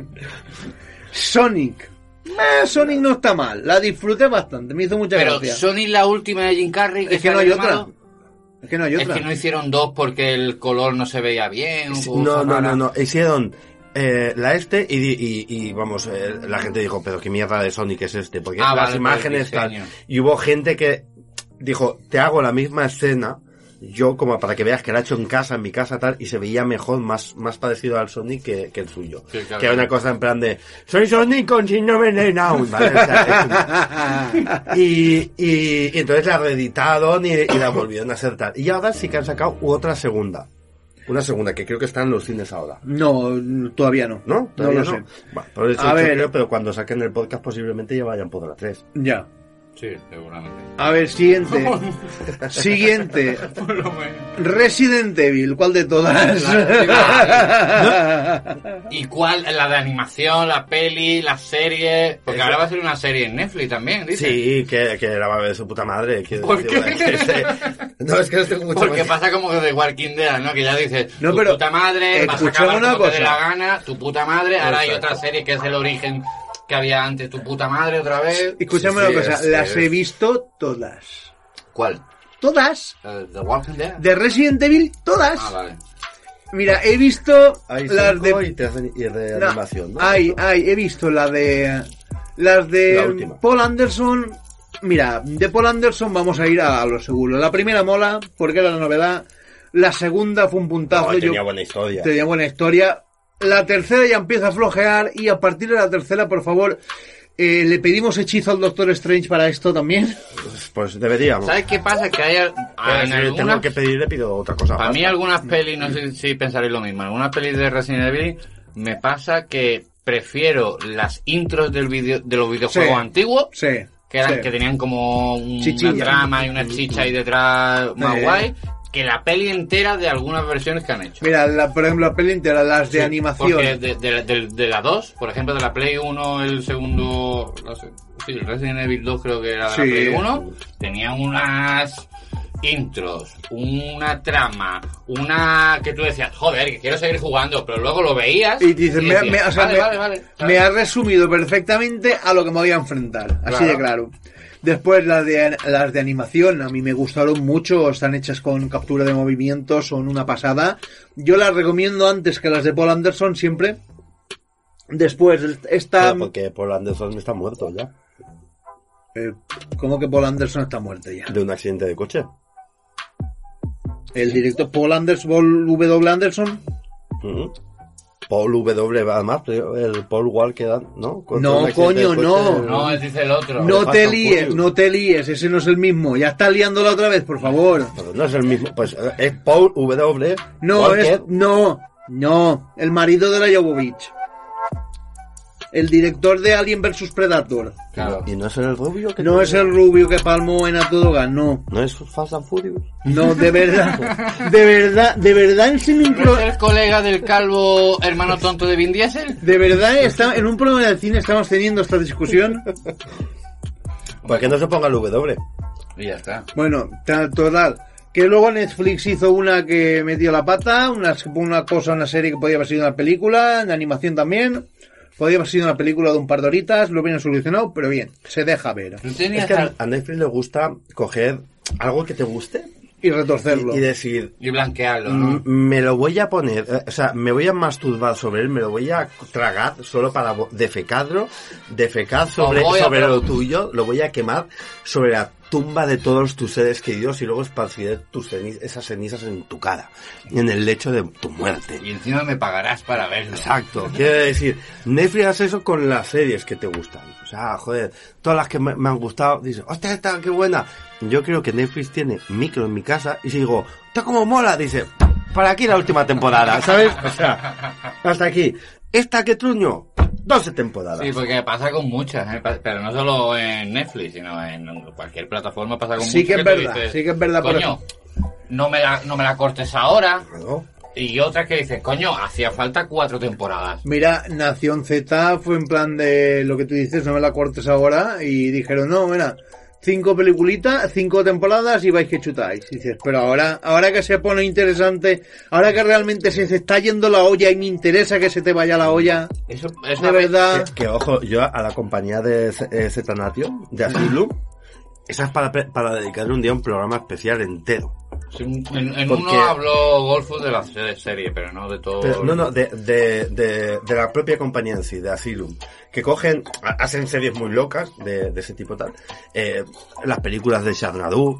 Sonic. Sonic no está mal. La disfruté bastante. Me hizo mucha Pero gracia. Sonic, la última de Jim Carrey, Es que no sale hay otra. malo. Es que no hay Es otra. que no hicieron dos porque el color no se veía bien. o No, cosas raras. no. Hicieron la y vamos, la gente dijo, pero qué mierda de Sonic es este. Porque las Vale, imágenes por el tal. diseño. Y hubo gente que dijo, te hago la misma escena. yo como para que veas que lo ha hecho en casa, en mi casa tal, y se veía mejor, más parecido al Sonic que el suyo. Sí, claro. Que era una cosa en plan de, soy Sonic con síndrome de Down, ¿vale? O sea, y entonces la reeditaron y la volvieron a hacer tal. Y ahora sí que han sacado otra segunda. Una segunda, que creo que está en los cines ahora. No, todavía no. ¿No? No lo sé. Bueno, por eso A ver. creo, pero cuando saquen el podcast posiblemente ya vayan por la 3. Ya. Sí, seguramente. A ver, siguiente. Siguiente. Por lo menos. Resident Evil, ¿cuál de todas? ¿Y cuál? La de animación, la peli, la serie. Porque ahora va a ser una serie en Netflix también, dice. Sí, que la va a ver su puta madre. ¿Por qué? No, es que no tengo mucho Porque más. pasa como que de Walking Dead, ¿no? Que ya dices, No, tu pero, puta madre, vas a escuchame acabar una como te dé cosa. la gana, tu puta madre, ahora hay Exacto. otra serie que es el origen que había antes, tu puta madre otra vez. Escúchame Sí, una cosa, es- las es- he visto todas. ¿Cuál? Todas. ¿The Walking Dead? De Resident Evil, todas. Ah, vale. Mira, he visto Hay las cinco de... y de No, animación, ¿no? he visto las de La última. Paul Anderson. Mira, de Paul Anderson vamos a ir a lo seguro. La primera mola, porque era la novedad. La segunda fue un puntazo. No, tenía buena historia. Tenía buena historia. La tercera ya empieza a flojear y a partir de la tercera, por favor, le pedimos hechizo al Doctor Strange para esto también. Pues deberíamos. ¿Sabes qué pasa? Que hay en Si algunas... tengo que pedir, le pido otra cosa. Para mí Basta. algunas pelis, no sé si pensaréis lo mismo, algunas pelis de Resident Evil me pasa que prefiero las intros de los videojuegos Sí. antiguos, Sí. que eran sí. que tenían como una Chichilla. trama y una chicha ahí detrás más Sí. guay, que la peli entera de algunas versiones que han hecho. Mira, por ejemplo, la peli entera, las de Sí, animación. Porque de la 2, por ejemplo, de la Play 1, el segundo... Sí, el Resident Evil 2 creo que era de Sí. la Play 1. Tenía unas intros, una trama, una que tú decías, joder, que quiero seguir jugando, pero luego lo veías Y dices, decías, o sea, vale. me ha resumido perfectamente a lo que me voy a enfrentar. Así Claro. de claro. Después las de animación, a mí me gustaron mucho, están hechas con captura de movimiento, son una pasada. Yo las recomiendo antes que las de Paul Anderson siempre. Después esta... Pero porque Paul Anderson está muerto ya. ¿Cómo que Paul Anderson está muerto ya? De un accidente de coche. El director Paul W. Anderson. Ujú. Paul W. además, el Paul Walker, ¿no? No, un accidente de coño, coche. No, ese dice el otro. No Fast te and líes, Furious. no te líes, ese no es el mismo. Ya estás liándola otra vez, por favor. Pero no es el mismo, pues es Paul W. No, Walker. no, el marido de la Jovovich. El director de Alien vs Predator. Claro. Y no es el rubio que No es el rubio que palmó en A Todo Gas, no. No es Fast and Furious. No, de verdad, en un ¿No es el colega del calvo hermano tonto de Vin Diesel? de verdad en un programa de cine estamos teniendo esta discusión. ¿Por qué no se ponga el W? Y ya está. Bueno, total. Que luego Netflix hizo una que metió la pata, una serie que podía haber sido una película, de animación también. Podía haber sido una película de un par de horitas, lo hubieran solucionado, pero bien, se deja ver. ¿Tú Es tenías que a Netflix le gusta coger algo que te guste Y retorcerlo. y decir, y blanquearlo, ¿no? me lo voy a poner, o sea, me voy a masturbar sobre él, me lo voy a tragar solo para defecar sobre Lo voy a lo pro- tuyo, lo voy a quemar sobre la tumba de todos tus seres queridos y luego esparciré esas cenizas en tu cara, en el lecho de tu muerte. Y encima me pagarás para verlo. Exacto, quiere decir, Netflix hace eso con las series que te gustan. O sea, joder, todas las que me han gustado, dices, hostia, esta, qué buena. Yo creo que Netflix tiene micro en mi casa y si digo, ¡está como mola! Dice, para aquí la última temporada, ¿sabes? O sea, hasta aquí. Esta que truño, 12 temporadas. Sí, porque pasa con muchas, pero no solo en Netflix, sino en cualquier plataforma pasa con Sí muchas. que es tú verdad, dices, sí que es verdad, por Coño, no me la cortes ahora. ¿No? Y otra que dices, coño, hacía falta 4 temporadas. Mira, Nación Z fue en plan de lo que tú dices, no me la cortes ahora, y dijeron, no, mira, 5 peliculitas, 5 temporadas y vais que chutáis. Y dices, pero ahora que se pone interesante, ahora que realmente se está yendo la olla y me interesa que se te vaya la olla, Eso de verdad. Que ojo, yo a la compañía de Zetanatio, de Asylum, esa es para dedicarle un día a un programa especial entero. Sí, en Porque- uno habló Golfus de la serie, pero no de todo. Pero, no, de la propia compañía en sí, de Asylum, que hacen series muy locas de ese tipo tal. Las películas de Xanadu,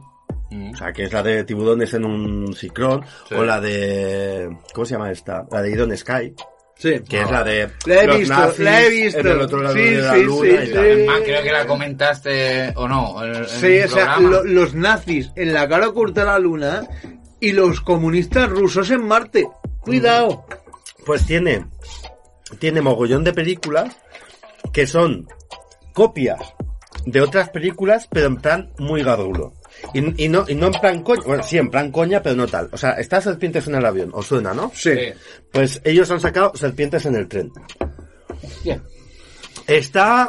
O sea, que es la de tiburones en un ciclón, Sí. o la de... ¿Cómo se llama esta? La de Idon Sky, Sí. que es la de... La he los visto, nazis la he visto. en el otro lado Sí, de la sí, luna sí, y sí. tal. Es más, creo que la comentaste o no. En Sí, el o sea, programa. los nazis en la cara oculta de la luna y los comunistas rusos en Marte. Cuidado. Pues tiene mogollón de películas que son copias de otras películas, pero en plan muy garrulo. Y no en plan coña, bueno, sí, en plan coña, pero no tal. O sea, está Serpientes en el avión, os suena, ¿no? Sí. Sí. Pues ellos han sacado Serpientes en el tren. Bien. Está,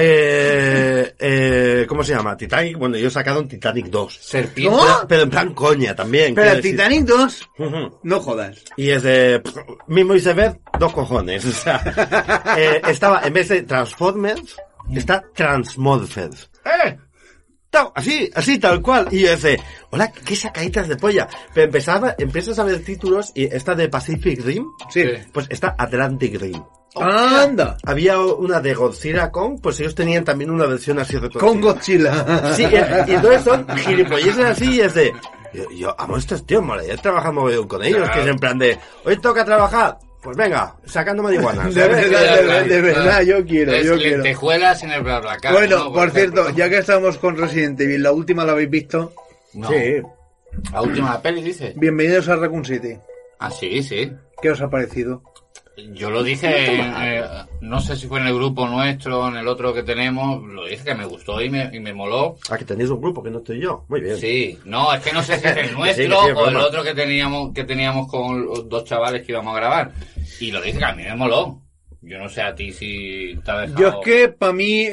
¿cómo se llama? Titanic, bueno, ellos sacaron Titanic 2. Serpiente. ¿No? Pero en plan coña también. Pero quiero el decir. Titanic 2, Ujú. no jodas. Y es de mismo iceberg, 2 cojones. O sea, estaba, en vez de Transformers, está Transmorphers. Así tal cual. Y yo decía, hola, qué sacaditas de polla. Pero empiezas a ver títulos y esta de Pacific Rim, Sí. pues está Atlantic Rim. Anda. Había una de Godzilla Kong, pues ellos tenían también una versión así de Con Godzilla. Sí, y entonces son gilipolleces así y es de... Yo amo a estos tíos, mola, yo he trabajado mogollón con ellos, Claro. que es en plan de... Hoy toca trabajar, pues venga, sacando marihuana. De verdad, de verdad, yo quiero, Es yo quiero. lentejuelas en el BlaBlaCar. Bueno, ¿no? por ejemplo. cierto, ya que estamos con Resident Evil, la última la habéis visto. No. Sí. La última peli, dice. Bienvenidos a Raccoon City. Ah, sí, sí. ¿Qué os ha parecido? Yo lo dije, no sé si fue en el grupo nuestro o en el otro que tenemos, lo dije que me gustó y me moló. Ah, que tenéis un grupo que no estoy yo. Muy bien. Sí, no, es que no sé si es el nuestro Sí, es o el broma. otro que teníamos con los dos chavales que íbamos a grabar. Y lo dije que a mí me moló. Yo no sé a ti si te ha dejado... Yo es que, para mí,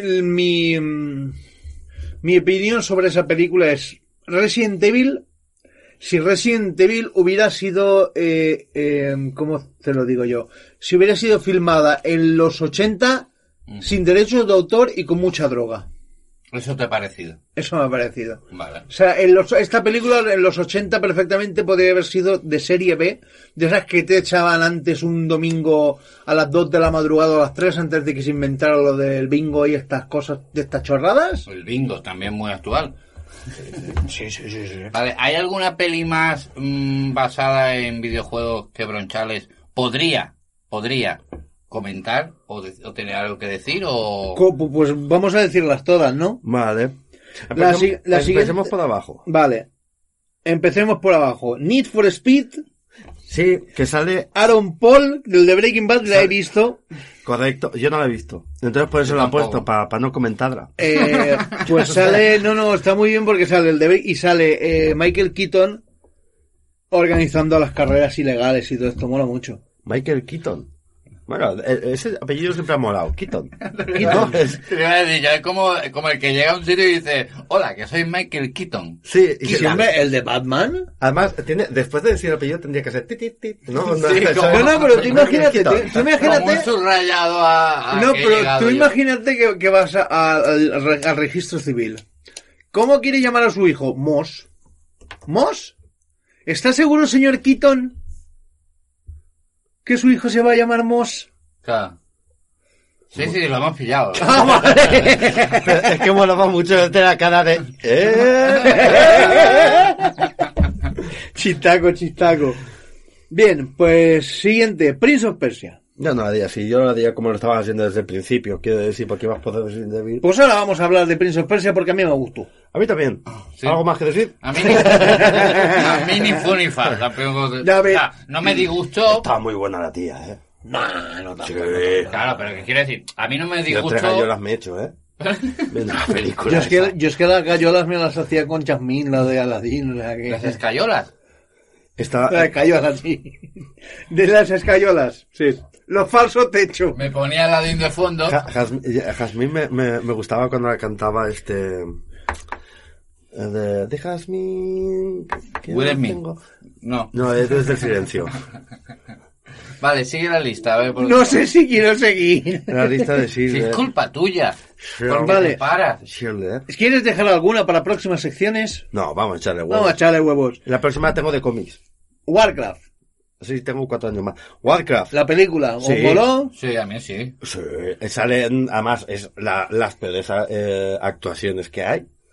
mi opinión sobre esa película es Resident Evil. Si Resident Evil hubiera sido, ¿cómo te lo digo yo? Si hubiera sido filmada en los 80, sin derechos de autor y con mucha droga. ¿Eso te ha parecido? Eso me ha parecido. Vale. O sea, esta película en los 80 perfectamente podría haber sido de serie B, de esas que te echaban antes un domingo a las 2 de la madrugada o a las 3 antes de que se inventara lo del bingo y estas cosas, de estas chorradas. El bingo también muy actual. Sí. Vale, ¿hay alguna peli más basada en videojuegos que Bronchales podría comentar o tener algo que decir o... Pues vamos a decirlas todas, ¿no? Vale. La siguiente- Empecemos por abajo. Vale. Empecemos por abajo. Need for Speed, Sí, que sale... Aaron Paul, del de Breaking Bad, la he visto. Correcto, yo no la he visto. Entonces por eso Yo la he tampoco. puesto, para no comentarla. Pues sale, no, está muy bien porque sale el de y sale Michael Keaton organizando las carreras ilegales y todo esto, mola mucho. Michael Keaton. Bueno, ese apellido siempre ha molado. Keaton. Keaton. No, es- Te iba a decir, ya es como el que llega a un sitio y dice, hola, que soy Michael Keaton. Sí, y Y siempre el de Batman. además, después de decir el apellido tendría que ser tit. No, Sí, o sea, como- No, pero tú imagínate, Keaton. tú Como un imagínate. subrayado a No, que he pero llegado tú yo. imagínate que vas al registro civil. ¿Cómo quiere llamar a su hijo? Moss. ¿Moss? ¿Está seguro, señor Keaton, que su hijo se va a llamar Moss? Claro. Sí, lo hemos pillado. Ah, vale. Pero es que molaba mucho de la cara de... Chistaco. Bien, pues siguiente, Prince of Persia. Yo no la haría así, yo la haría como lo estaban haciendo desde el principio. Quiero decir, porque ibas por Resident Evil. Pues ahora vamos a hablar de Prince of Persia porque a mí me gustó. A mí también. Sí. ¿Algo más que decir? A mí ni fu ni fa. Tampoco... Ya ves. O sea, no me disgustó. Estaba muy buena la tía, No tanto. Sí. Claro, pero ¿qué quiere decir? A mí no me Yo 3 disgustó. gallolas me he hecho, viendo la película. Yo es que las gallolas me las hacía con Jasmine, la de Aladdin, o sea que... Las escayolas. Está... Las escayolas, sí. De las escayolas, sí. Los falsos techos. Me ponía Aladdin de fondo. Jasmine me gustaba cuando la cantaba de Jasmine... que Will no Smith. tengo. No. No, es desde el silencio. Vale, sigue la lista. A ver, por... No sé si quiero seguir. La lista de Si Schindler. es culpa tuya. ¿Por qué Vale. te paras? Schindler. ¿Quieres dejar alguna para próximas secciones? No, vamos a echarle huevos. Vamos a echarle huevos. La próxima la tengo de cómics. Warcraft, Sí, tengo 4 años más. Warcraft. la película. ¿Os Sí. moló? Sí, a mí sí. Sí, salen, además, es las peores actuaciones que hay.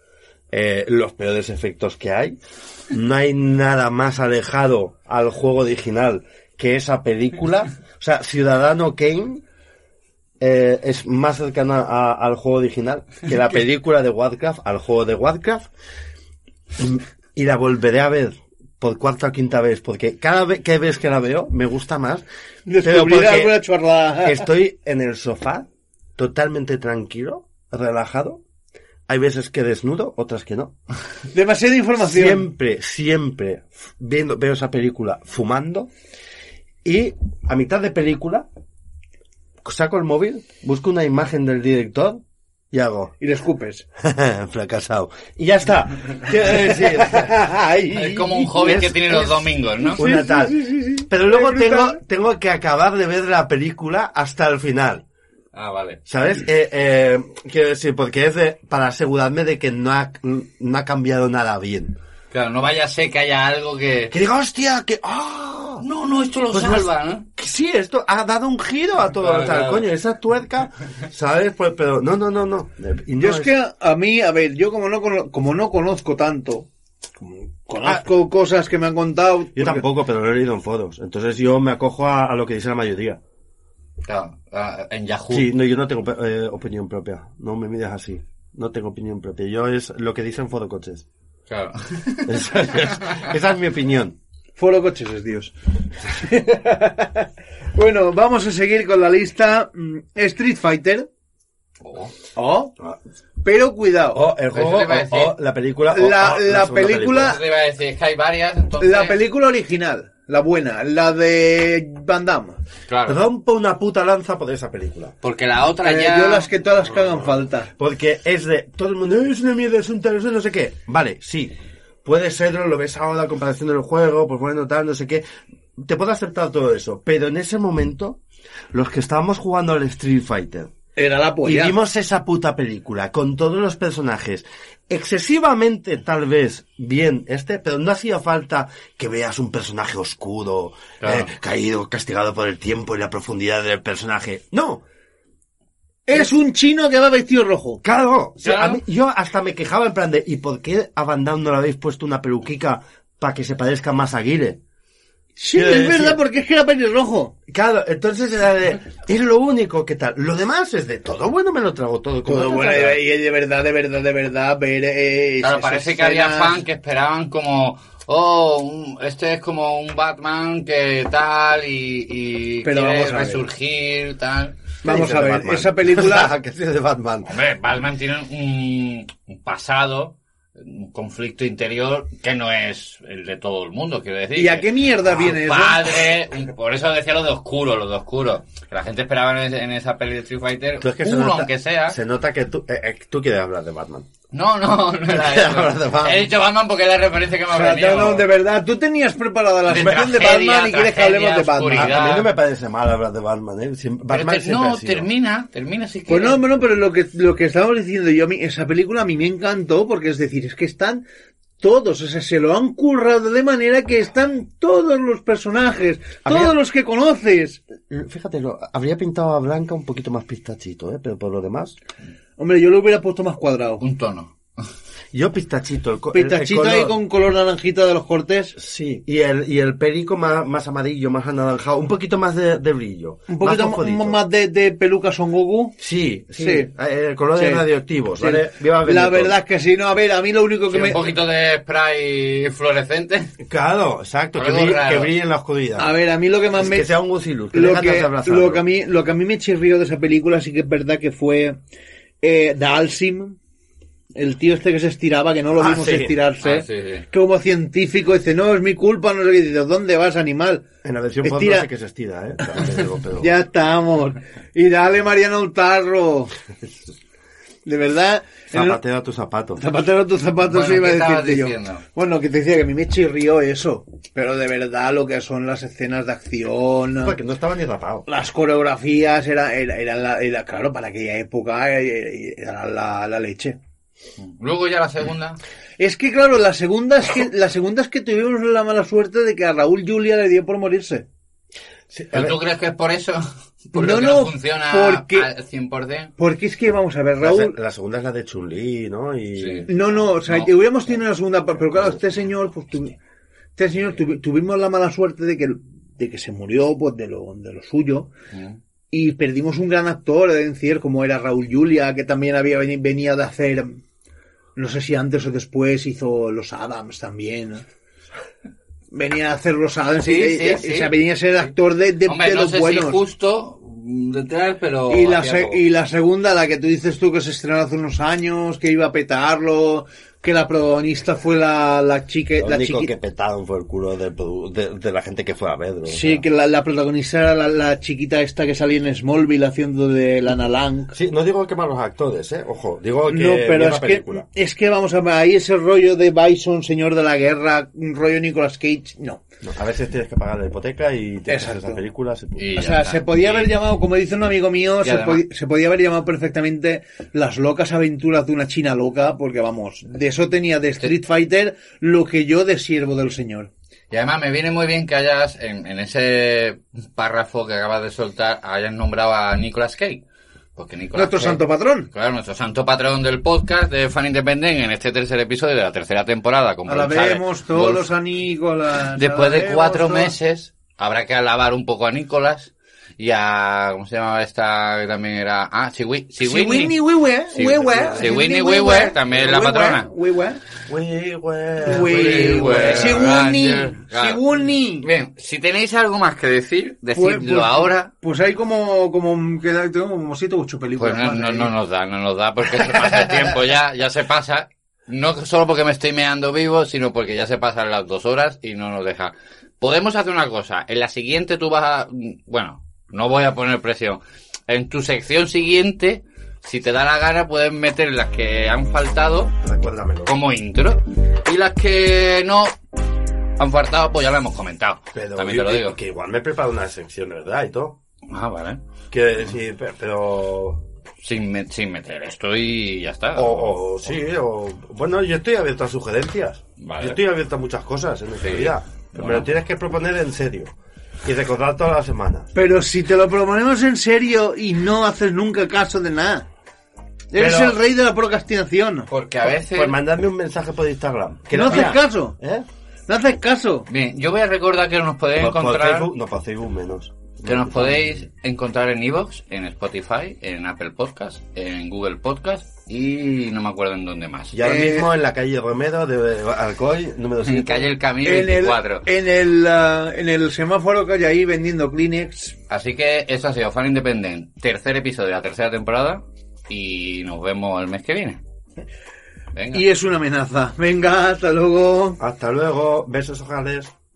los peores efectos que hay. No hay nada más alejado al juego original que esa película. O sea, Ciudadano Kane es más cercana al juego original que la película de Warcraft al juego de Warcraft. Y la volveré a ver por cuarta o quinta vez, porque cada vez que la veo me gusta más. Pero porque estoy en el sofá totalmente tranquilo, relajado. Hay veces que desnudo, otras que no. Demasiada información. Siempre veo esa película fumando. Y a mitad de película saco el móvil, busco una imagen del director y hago. Y le escupes. Fracasado. Y ya está. Quiero decir. Es como un hobby que tiene los domingos, ¿no? Una tal. Pero luego tengo que acabar de ver la película hasta el final. Ah, vale. ¿Sabes? Quiero decir, porque es para asegurarme de que no ha cambiado nada bien. Claro, no vaya a ser que haya algo que diga, hostia, que... No, esto lo salva, ¿no? Sí, esto ha dado un giro a todo. Claro. Coño, esa tuerca, ¿sabes? Pues, pero no. Y yo es que a mí, a ver, yo como no conozco tanto, conozco cosas que me han contado... Yo tampoco, pero lo he leído en foros. Entonces yo me acojo a lo que dice la mayoría. Claro, en Yahoo. Sí, no, yo no tengo opinión propia. No me mides así. No tengo opinión propia. Yo es lo que dicen Foro Coches. Claro. Esa es mi opinión. Foro Coches es Dios. Bueno, vamos a seguir con la lista. Street Fighter. Pero cuidado. El juego, la película. La película. Te iba a decir, es que hay varias. Entonces... La película original. La buena, la de Van Damme. Claro. Rompo una puta lanza por esa película. Porque la otra ya... Yo todas las que hagan falta. Porque es de... Todo el mundo, es una mierda, es un tal, no sé qué. Vale, sí. Puede serlo, lo ves ahora, la comparación del juego, pues bueno, tal, no sé qué. Te puedo aceptar todo eso. Pero en ese momento, los que estábamos jugando al Street Fighter... Era la polla. Y vimos esa puta película con todos los personajes excesivamente, tal vez, bien pero no hacía falta que veas un personaje oscuro, claro. Caído, castigado por el tiempo y la profundidad del personaje. No. Es un chino que va vestido rojo. Claro. O sea, yo hasta me quejaba en plan de, ¿y por qué a Van Damme no le habéis puesto una peluquica para que se parezca más a Guile? Sí, es verdad, porque es que era pelirrojo. Claro, entonces era es lo único que tal. Lo demás es de todo bueno, me lo trago todo. Todo bueno, y de verdad, ver... claro, parece que había fans que esperaban como... este es como un Batman que tal y pero quiere vamos a resurgir, tal... Vamos a ver, esa película... ¿Qué es de Batman? Hombre, Batman tiene un pasado... un conflicto interior que no es el de todo el mundo, quiero decir. ¿Y a qué mierda viene eso? Padre, por eso decía lo de oscuro. Que la gente esperaba en esa peli de Street Fighter, es que aunque sea. Se nota que tú quieres hablar de Batman. No era eso. He dicho Batman porque es la referencia que me ha venido. No, de verdad, tú tenías preparada la sección de Batman y quieres que hablemos de Batman. A mí no me parece mal hablar de Batman, ¿eh? Batman termina si pues quieres. No, pero lo que estábamos diciendo yo, esa película a mí me encantó porque es decir, es que están todos, o sea, se lo han currado de manera que están todos los personajes, todos los que conoces. Fíjate, habría pintado a Blanca un poquito más pistachito, pero por lo demás... Hombre, yo lo hubiera puesto más cuadrado. Un tono. Yo pistachito. Pistachito ahí con color naranjita de los cortes. Sí. Y el perico más amarillo, más anaranjado. Un poquito más de brillo. Un poquito más de peluca Son Goku. Sí. El color de radioactivos. Sí. ¿Vale? La verdad es que sí. No, a ver, a mí lo único que un poquito de spray fluorescente. Claro, exacto. Que brille en la oscuridad. A ver, a mí lo que más que sea un gusilus. Lo que a mí me chirrió de esa película sí que es verdad que fue Dalsim. El tío este que se estiraba, que no lo vimos estirarse, sí. Como científico, dice, no, es mi culpa, no sé qué, dice, ¿dónde vas, animal? En la versión fondo sé que se estira, pero... Ya estamos. Y dale, Mariano, un tarro. De verdad... Zapatero a tu zapato. Zapatero a tu zapato, bueno, sí iba a decirte yo. Bueno, que te decía que a mí me chirrió eso. Pero de verdad lo que son las escenas de acción... Porque no estaba ni rapado. Las coreografías era claro, para aquella época era la leche. Luego ya la segunda. Es que claro, la segunda es que tuvimos la mala suerte de que a Raúl Julia le dio por morirse. Sí, ¿Pero tú crees que es por eso? ¿Por No, lo que no, funciona porque- al 100%? Porque es que, vamos a ver, Raúl... La segunda es la de Chun-Li, ¿no? Y... Sí. No, o sea, No. hubiéramos tenido una segunda parte, pero claro, este señor, pues tuvimos la mala suerte de que se murió pues de lo suyo y perdimos un gran actor, es decir, como era Raúl Julia, que también venía de hacer, no sé si antes o después hizo Los Adams también. Venía a hacer Los Adams Sí, y, sí. o sea, venía a ser actor de Hombre, no los sé buenos. si justo detrás, pero... Y hacía poco. la segunda, la que tú dices tú que se estrenó hace unos años, que iba a petarlo, que la protagonista fue la chica, Lo la único chiqui... que petaron fue el culo de la gente que fue a verlo. Sí, que la protagonista era la chiquita esta que salía en Smallville haciendo de Lana Lang. Sí, no digo que malos actores, ojo, digo que No, pero misma película. es que vamos a ver, ahí ese rollo de Bison, señor de la guerra, un rollo Nicolas Cage, no. No, a veces tienes que pagar la hipoteca y tienes que hacer Exacto. esas películas. Y O ya sea, está. se podía Y- haber llamado, como dice un amigo mío, se podía haber llamado perfectamente Las locas aventuras de una china loca, porque vamos, de eso tenía de Street Fighter lo que yo de Siervo del Señor. Y además me viene muy bien que hayas, en ese párrafo que acabas de soltar, hayas nombrado a Nicolas Cage. Porque Nicolas Nuestro Cage, santo patrón. claro, nuestro santo patrón del podcast de Fan Independent en este tercer episodio de la tercera temporada. Con Bron Chávez, Alabemos todos Wolf. a Nicolas. Después de alabemos 4 todos. meses, habrá que alabar un poco a Nicolas y a... ¿Cómo se llamaba esta que también era? Ah, Siwini. Siwini Weaver. Siwini Weaver, también la patrona. Siwini. Bien, si tenéis algo más que decir, decidlo ahora. Pues hay como 7 u 8 películas. Pues más ahí. no nos da porque se pasa el tiempo ya se pasa. No solo porque me estoy meando vivo, sino porque ya se pasan las 2 horas y no nos deja. Podemos hacer una cosa. En la siguiente tú vas a... Bueno, no voy a poner presión. En tu sección siguiente, si te da la gana, puedes meter las que han faltado Recuérdamelo. como intro. Y las que no han faltado, pues ya lo hemos comentado. Pero, También te lo digo. que igual me preparo una sección de verdad y todo. Ah, vale. Quiero decir, pero... Sin meter esto y ya está. O sí, o... Bueno, yo estoy abierto a sugerencias. Vale. Yo estoy abierto a muchas cosas en mi Sí. vida. Pero me Bueno. lo tienes que proponer en serio. Y recordar todas las semanas. Pero si te lo proponemos en serio y no haces nunca caso de nada. Eres Pero- el rey de la procrastinación. Porque a veces... Pues mandadme un mensaje por Instagram. Que no haces mira, caso. ¿Eh? No haces caso. Bien, yo voy a recordar que nos podéis Por encontrar... Facebook, no, por Facebook menos. Que nos podéis encontrar en iVoox, en Spotify, en Apple Podcast, en Google Podcast y no me acuerdo en dónde más. Y ahora mismo en la calle Romero de Alcoy, número 7. En calle El Camino En 24. en el semáforo que hay ahí vendiendo Kleenex. Así que eso ha sido Fan Independent, tercer episodio de la tercera temporada y nos vemos el mes que viene. Venga. Y es una amenaza. Venga, hasta luego. Hasta luego. Besos ojales.